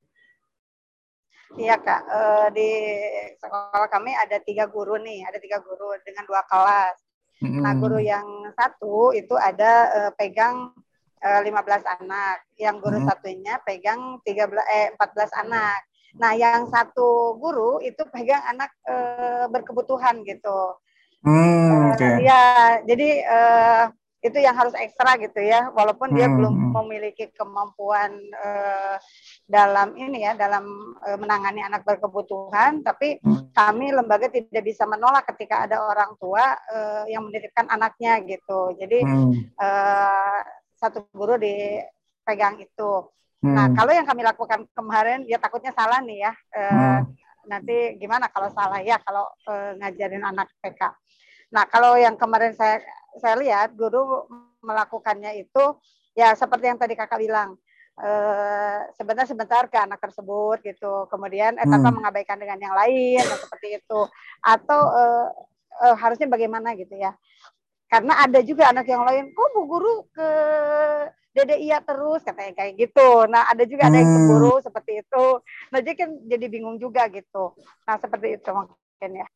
Iya Kak, uh, di sekolah kami ada tiga guru nih, ada tiga guru dengan dua kelas. Mm-hmm. Nah guru yang satu itu ada uh, pegang uh, lima belas anak, yang guru mm-hmm. satunya pegang tiga belas, eh, empat belas anak. Nah yang satu guru itu pegang anak uh, berkebutuhan gitu. Hmm, okay. uh, ya, jadi uh, itu yang harus ekstra gitu ya, walaupun dia hmm. belum memiliki kemampuan uh, dalam ini ya, dalam uh, menangani anak berkebutuhan, tapi hmm. kami lembaga tidak bisa menolak ketika ada orang tua uh, yang menitipkan anaknya gitu. Jadi hmm. uh, satu guru dipegang itu. Hmm. Nah, kalau yang kami lakukan kemarin, ya takutnya salah nih ya. Uh, hmm. Nanti gimana kalau salah ya, kalau uh, ngajarin anak P K. Nah, kalau yang kemarin saya saya lihat guru melakukannya itu ya seperti yang tadi Kakak bilang, eh, sebentar-sebentar ke anak tersebut gitu. Kemudian eh, tanpa hmm. mengabaikan dengan yang lain seperti itu. Atau eh, eh, harusnya bagaimana gitu ya. Karena ada juga anak yang lain, kok Bu Guru ke D D I A terus katanya kayak gitu. Nah, ada juga hmm. ada yang cemburu seperti itu. Nah, jadi kan jadi bingung juga gitu. Nah, seperti itu mungkin ya.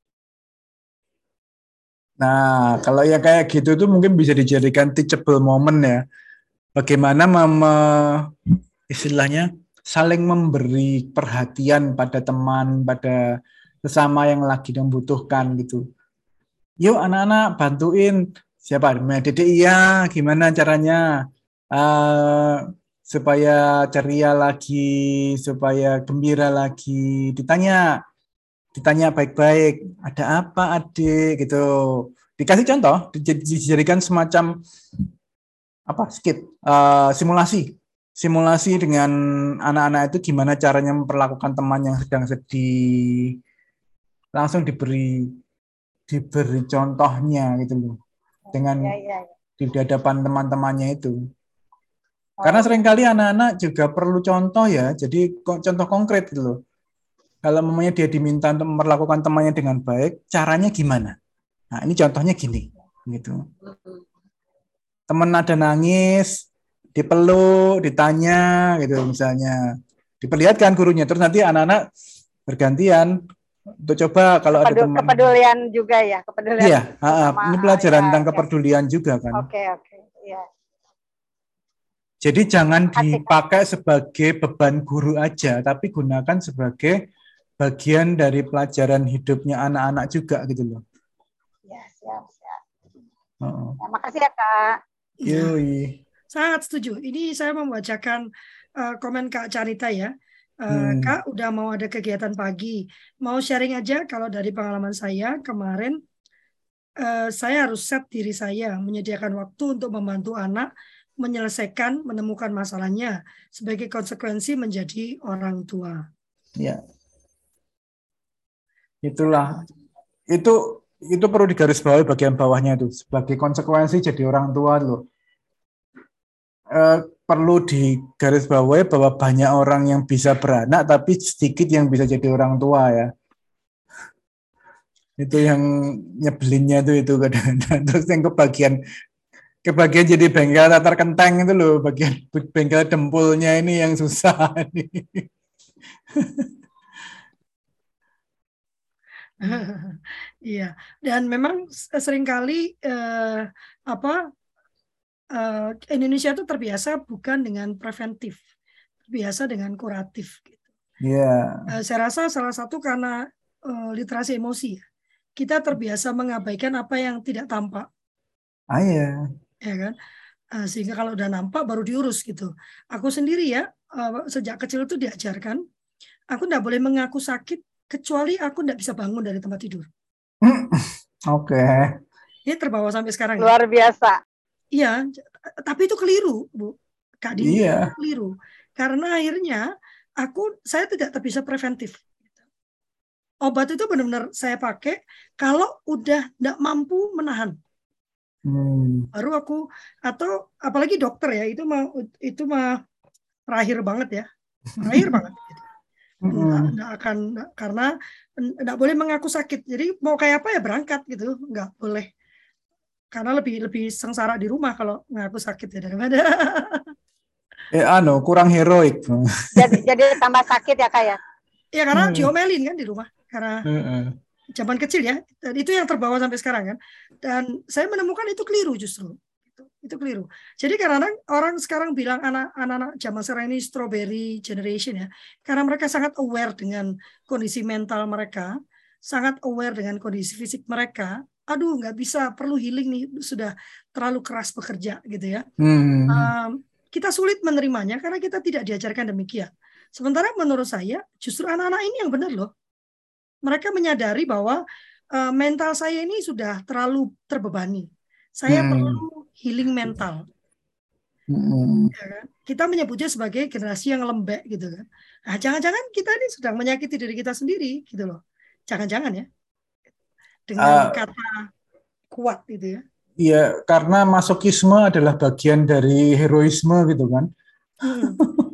Nah, kalau yang kayak gitu tuh mungkin bisa dijadikan teachable moment ya. Bagaimana mem- istilahnya saling memberi perhatian pada teman, pada sesama yang lagi membutuhkan gitu. Yuk anak-anak bantuin siapa? D D I A, gimana caranya uh, supaya ceria lagi, supaya gembira lagi. Ditanya. Ditanya baik-baik, ada apa adik gitu, dikasih contoh, dijadikan semacam apa skit, uh, simulasi, simulasi dengan anak-anak itu gimana caranya memperlakukan teman yang sedang sedih, langsung diberi diberi contohnya gitu loh, dengan ya, ya, ya. di hadapan teman-temannya itu. Oh. Karena seringkali anak-anak juga perlu contoh ya, jadi contoh konkret gitu loh. Kalau mamanya dia diminta untuk memperlakukan temannya dengan baik, caranya gimana? Nah, ini contohnya gini, gitu. Teman ada nangis, dipeluk, ditanya, gitu misalnya. Diperlihatkan gurunya, terus nanti anak-anak bergantian Untuk coba kalau ada Kepedu- teman. kepedulian juga ya, kepedulian. Iya, ah, sama, ini pelajaran ya, tentang ya. kepedulian juga kan. Oke, oke, ya. Jadi jangan Kasih, dipakai sebagai beban guru aja, tapi gunakan sebagai bagian dari pelajaran hidupnya anak-anak juga gitu loh. Ya, siap, siap. Oh. Ya, makasih ya Kak. Yui. Sangat setuju. Ini saya membacakan uh, komen Kak Carita ya. Uh, Hmm. Kak, udah mau ada kegiatan pagi. Mau sharing aja kalau dari pengalaman saya kemarin, uh, saya harus set diri saya, menyediakan waktu untuk membantu anak menyelesaikan, menemukan masalahnya sebagai konsekuensi menjadi orang tua. Ya. Itulah. Itu itu perlu digarisbawahi bagian bawahnya itu sebagai konsekuensi jadi orang tua loh. Eh, perlu digarisbawahi bahwa banyak orang yang bisa beranak tapi sedikit yang bisa jadi orang tua ya. Itu yang nyebelinnya tuh itu kadang-kadang. Terus yang kebagian kebagian jadi bengkel tatar kentang itu loh, bagian bengkel dempulnya ini yang susah nih. Iya, dan memang seringkali eh, apa eh, Indonesia itu terbiasa bukan dengan preventif, terbiasa dengan kuratif. Gitu. Iya. Eh, saya rasa salah satu karena eh, literasi emosi, kita terbiasa mengabaikan apa yang tidak tampak. Ah iya. Ya kan? Eh, sehingga kalau udah nampak baru diurus gitu. Aku sendiri ya eh, sejak kecil itu diajarkan, aku tidak boleh mengaku sakit kecuali aku tidak bisa bangun dari tempat tidur. Oke. Okay. Ini terbawa sampai sekarang. Luar ya? biasa. Iya, tapi itu keliru, Bu. Kak Dini, iya. itu keliru. Karena akhirnya aku saya tidak bisa preventif. Obat itu benar-benar saya pakai kalau udah tidak mampu menahan. Hmm. Baru aku atau apalagi dokter ya itu mah itu mah terakhir banget ya, terakhir banget. Gitu. Nggak, nggak akan nggak, karena nggak boleh mengaku sakit. Jadi mau kayak apa ya berangkat gitu, nggak boleh. Karena lebih lebih sengsara di rumah kalau ngaku sakit ya daripada. Eh anu kurang heroik. Jadi jadi tambah sakit ya Kak ya? Ya karena hmm. diomelin kan di rumah karena hmm. zaman kecil ya. Dan itu yang terbawa sampai sekarang kan. Dan saya menemukan itu keliru justru. Itu, itu keliru. Jadi karena orang sekarang bilang anak-anak zaman sekarang ini strawberry generation ya. Karena mereka sangat aware dengan kondisi mental mereka, sangat aware dengan kondisi fisik mereka. Aduh, nggak bisa, perlu healing nih, sudah terlalu keras bekerja gitu ya. Hmm. Um, kita sulit menerimanya karena kita tidak diajarkan demikian. Sementara menurut saya justru anak-anak ini yang benar loh. Mereka menyadari bahwa uh, mental saya ini sudah terlalu terbebani. Saya hmm. perlu healing mental. Hmm. Ya kan? Kita menyebutnya sebagai generasi yang lembek gitu kan. Nah, jangan-jangan kita ini sedang menyakiti diri kita sendiri gitu loh. Jangan-jangan ya. Dengan uh, kata kuat gitu ya. Iya, karena masokisme adalah bagian dari heroisme gitu kan. Hmm.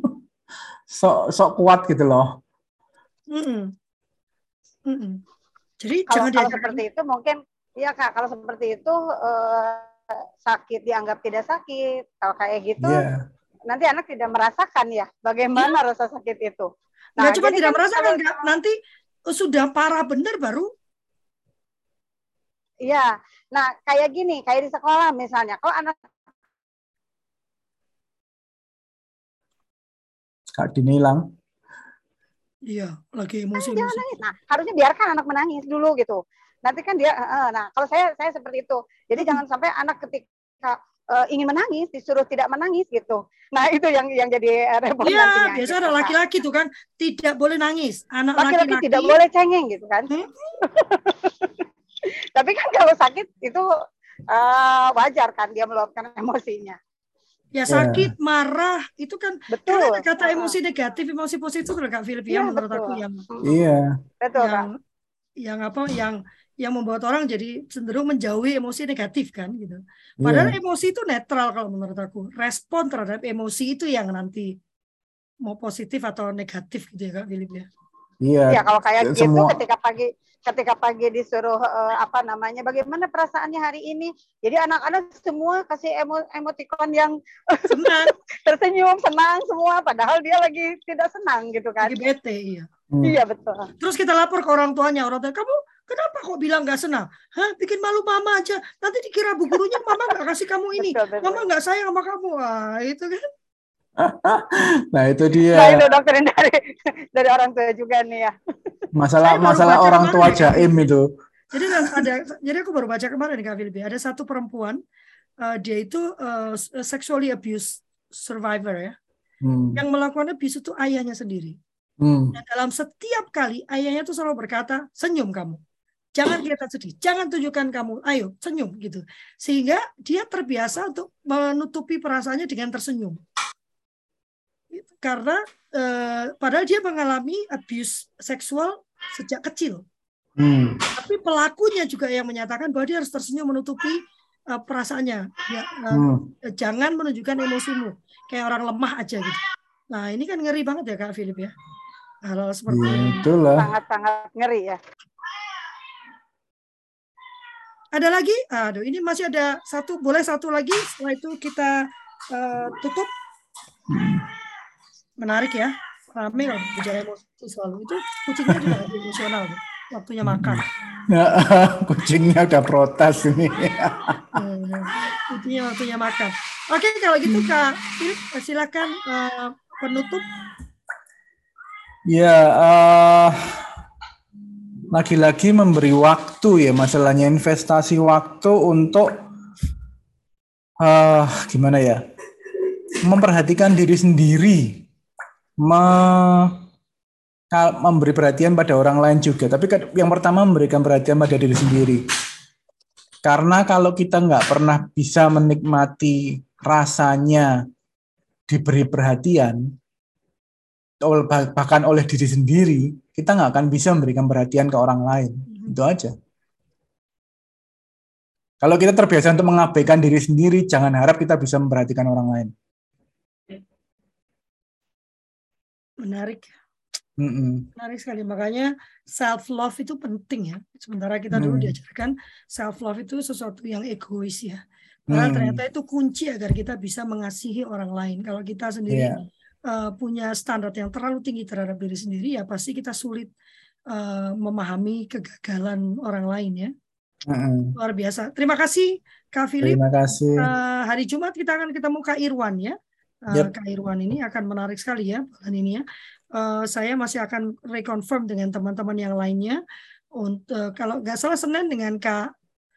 sok sok kuat gitu loh. Hmm. Hmm. Jadi kalau, jangan kalau seperti itu mungkin ya Kak, kalau seperti itu eh, sakit dianggap tidak sakit. Kalau kayak gitu yeah. nanti anak tidak merasakan ya bagaimana yeah. rasa sakit itu. Nah, nggak cuma tidak kan merasakan, kalau, nanti sudah parah benar baru. Iya, nah kayak gini, kayak di sekolah misalnya, kalau anak Kak Dini hilang. Iya, lagi emosi. Nah, jangan nangis. Nah, harusnya biarkan anak menangis dulu gitu. Nanti kan dia, uh, nah kalau saya saya seperti itu. Jadi hmm. jangan sampai anak ketika uh, ingin menangis disuruh tidak menangis gitu. Nah itu yang yang jadi repot ya, nantinya. Iya, biasa ada laki-laki tuh kan tidak boleh nangis. Anak laki-laki tidak boleh cengeng gitu kan. Hmm? Tapi kan kalau sakit itu uh, wajar kan dia meluapkan emosinya. Ya sakit, yeah. marah itu kan betul. Karena kata emosi negatif, emosi positif loh Kak Philip ya, menurut betul. aku yang Iya. Betul, yang, yang apa yang yang membuat orang jadi cenderung menjauhi emosi negatif kan gitu. Padahal yeah. emosi itu netral kalau menurut aku. Respon terhadap emosi itu yang nanti mau positif atau negatif gitu ya Kak Philip ya. Iya. Ya kalau kayak gitu Semua. ketika pagi ketika pagi disuruh uh, apa namanya bagaimana perasaannya hari ini. Jadi anak-anak semua kasih emo, emotikon yang Senang. tersenyum, senang semua padahal dia lagi tidak senang gitu kan. Lagi bete, iya. Hmm. Iya betul. Terus kita lapor ke orang tuanya, orang tua, kamu kenapa kok bilang nggak senang? Hah, bikin malu mama aja. Nanti dikira bu gurunya mama nggak kasih kamu ini, Betul, betul. mama nggak sayang sama kamu. Wah, itu kan. Nah itu dia. Nah itu dokterin dari dari orang tua juga nih ya. Masalah masalah orang tua jaim itu. Jadi ada, jadi aku baru baca kemarin Kak Filipi, ada satu perempuan, uh, dia itu uh, sexually abuse survivor ya, hmm. yang melakukan abuse itu ayahnya sendiri. Hmm. Dan dalam setiap kali ayahnya itu selalu berkata, senyum kamu, jangan kelihatan sedih, jangan tunjukkan kamu, ayo senyum gitu, sehingga dia terbiasa untuk menutupi perasaannya dengan tersenyum. Karena eh, padahal dia mengalami abuse seksual sejak kecil. Hmm. Tapi pelakunya juga yang menyatakan bahwa dia harus tersenyum menutupi uh, perasaannya. Ya, uh, hmm. Jangan menunjukkan emosimu, kayak orang lemah aja gitu. Nah ini kan ngeri banget ya Kak Philip ya. Hal-hal seperti ya, ini. Itulah. Sangat-sangat ngeri ya. Ada lagi? Aduh, ini masih ada satu, boleh satu lagi. Setelah itu kita uh, tutup. Menarik ya. Rame kalau bicara emosi selalu. Itu kucingnya juga emosional. Waktunya makan. Ya, kucingnya udah protes ini. Kucingnya waktunya makan. Oke, kalau gitu Kak Philip, silakan uh, penutup. Ya, uh, lagi-lagi memberi waktu ya, masalahnya investasi waktu untuk uh, gimana ya, memperhatikan diri sendiri, me memberi perhatian pada orang lain juga. Tapi yang pertama memberikan perhatian pada diri sendiri. Karena kalau kita nggak pernah bisa menikmati rasanya diberi perhatian, bahkan oleh diri sendiri, kita nggak akan bisa memberikan perhatian ke orang lain. Itu aja. Kalau kita terbiasa untuk mengabaikan diri sendiri, jangan harap kita bisa memperhatikan orang lain. Menarik. Mm-mm. Menarik sekali, makanya self love itu penting ya. Sementara kita dulu mm. diajarkan self love itu sesuatu yang egois ya. Padahal mm. ternyata itu kunci agar kita bisa mengasihi orang lain. Kalau kita sendiri yeah. uh, punya standar yang terlalu tinggi terhadap diri sendiri, ya pasti kita sulit uh, memahami kegagalan orang lain ya. Mm-mm. Luar biasa. Terima kasih Kak Philip. Terima kasih. Uh, hari Jumat kita akan ketemu Kak Irwan ya. Uh, yep. Kak Irwan ini akan menarik sekali ya bulan ini ya. Uh, saya masih akan reconfirm dengan teman-teman yang lainnya untuk uh, kalau nggak salah Senin dengan Kak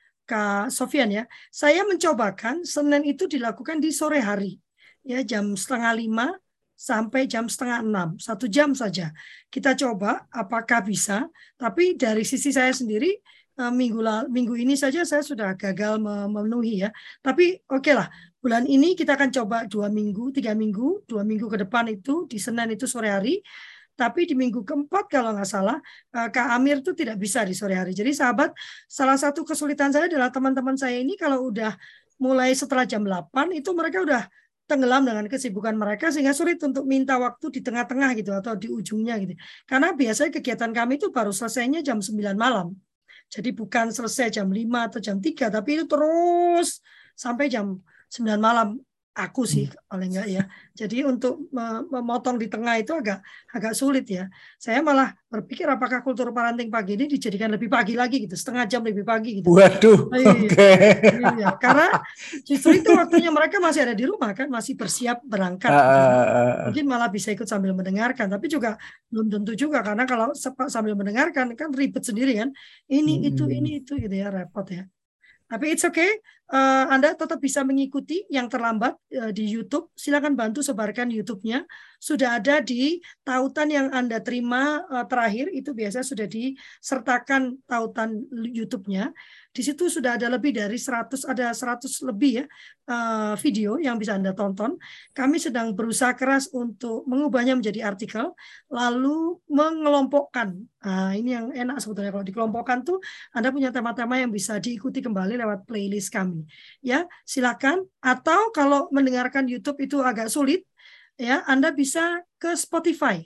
Kak Sofian ya. Saya mencobakan Senin itu dilakukan di sore hari ya, jam setengah lima sampai jam setengah enam, satu jam saja. Kita coba apakah bisa. Tapi dari sisi saya sendiri uh, minggu minggu ini saja saya sudah gagal memenuhi ya. Tapi oke okay lah. Bulan ini kita akan coba dua minggu, tiga minggu, dua minggu ke depan itu di Senin itu sore hari. Tapi di minggu keempat kalau nggak salah Kak Amir itu tidak bisa di sore hari. Jadi sahabat, salah satu kesulitan saya adalah teman-teman saya ini kalau udah mulai setelah jam delapan itu mereka udah tenggelam dengan kesibukan mereka sehingga sulit untuk minta waktu di tengah-tengah gitu atau di ujungnya gitu. Karena biasanya kegiatan kami itu baru selesainya jam sembilan malam. Jadi bukan selesai jam lima atau jam tiga, tapi itu terus sampai jam sembilan malam aku sih paling enggak ya. Jadi untuk memotong di tengah itu agak agak sulit ya. Saya malah berpikir apakah kultur parenting pagi ini dijadikan lebih pagi lagi gitu, setengah jam lebih pagi gitu. Waduh. Oke. Okay. Iya, karena justru itu waktunya mereka masih ada di rumah kan, masih bersiap berangkat. Uh, gitu. uh, uh. Mungkin malah bisa ikut sambil mendengarkan, tapi juga belum tentu juga karena kalau sambil mendengarkan kan ribet sendiri kan. Ini hmm. itu ini itu gitu ya, repot ya. Tapi it's okay, uh, Anda tetap bisa mengikuti yang terlambat uh, di YouTube. Silakan bantu sebarkan YouTube-nya. Sudah ada di tautan yang Anda terima uh, terakhir, itu biasa sudah disertakan tautan YouTube-nya. Di situ sudah ada lebih dari seratus, ada seratus lebih ya uh, video yang bisa Anda tonton. Kami sedang berusaha keras untuk mengubahnya menjadi artikel, lalu mengelompokkan. Nah, ini yang enak sebetulnya kalau dikelompokkan tuh Anda punya tema-tema yang bisa diikuti kembali lewat playlist kami. Ya, silakan. Atau kalau mendengarkan YouTube itu agak sulit, ya Anda bisa ke Spotify.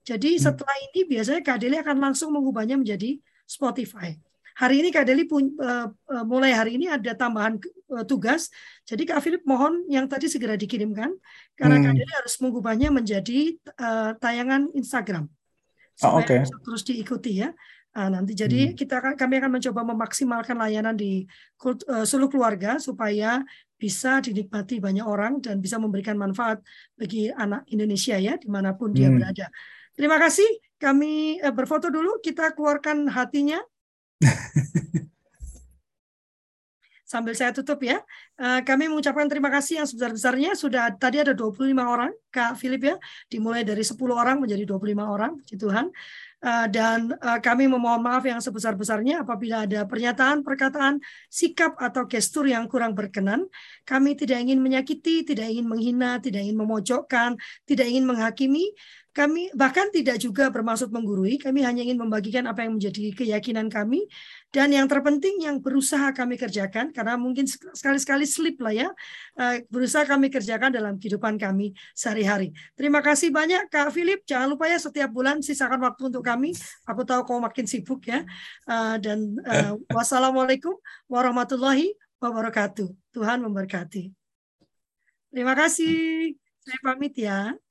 Jadi setelah ini biasanya Kak Deli akan langsung mengubahnya menjadi Spotify. Hari ini Kak Deli pun, uh, uh, mulai hari ini ada tambahan uh, tugas. Jadi Kak Philip mohon yang tadi segera dikirimkan karena Hmm. Kak Deli harus mengubahnya menjadi uh, tayangan Instagram Oh, supaya oke. bisa terus diikuti ya. Uh, nanti jadi Hmm. kita akan kami akan mencoba memaksimalkan layanan di kult- uh, seluruh keluarga supaya bisa dinikmati banyak orang dan bisa memberikan manfaat bagi anak Indonesia ya dimanapun dia Hmm. berada. Terima kasih. Kami uh, berfoto dulu. Kita keluarkan hatinya. Sambil saya tutup ya, uh, kami mengucapkan terima kasih yang sebesar-besarnya. Sudah tadi ada dua puluh lima orang, Kak Philip ya, dimulai dari sepuluh orang menjadi dua puluh lima orang, puji Tuhan. Uh, dan uh, kami memohon maaf yang sebesar-besarnya apabila ada pernyataan, perkataan, sikap atau gestur yang kurang berkenan. Kami tidak ingin menyakiti, tidak ingin menghina, tidak ingin memojokkan, tidak ingin menghakimi. Kami bahkan tidak juga bermaksud menggurui, kami hanya ingin membagikan apa yang menjadi keyakinan kami. Dan yang terpenting yang berusaha kami kerjakan, karena mungkin sekali-sekali slip lah ya, berusaha kami kerjakan dalam kehidupan kami sehari-hari. Terima kasih banyak Kak Philip, jangan lupa ya setiap bulan sisakan waktu untuk kami, aku tahu kau makin sibuk ya. Dan uh, wassalamualaikum warahmatullahi wabarakatuh. Tuhan memberkati. Terima kasih, saya pamit ya.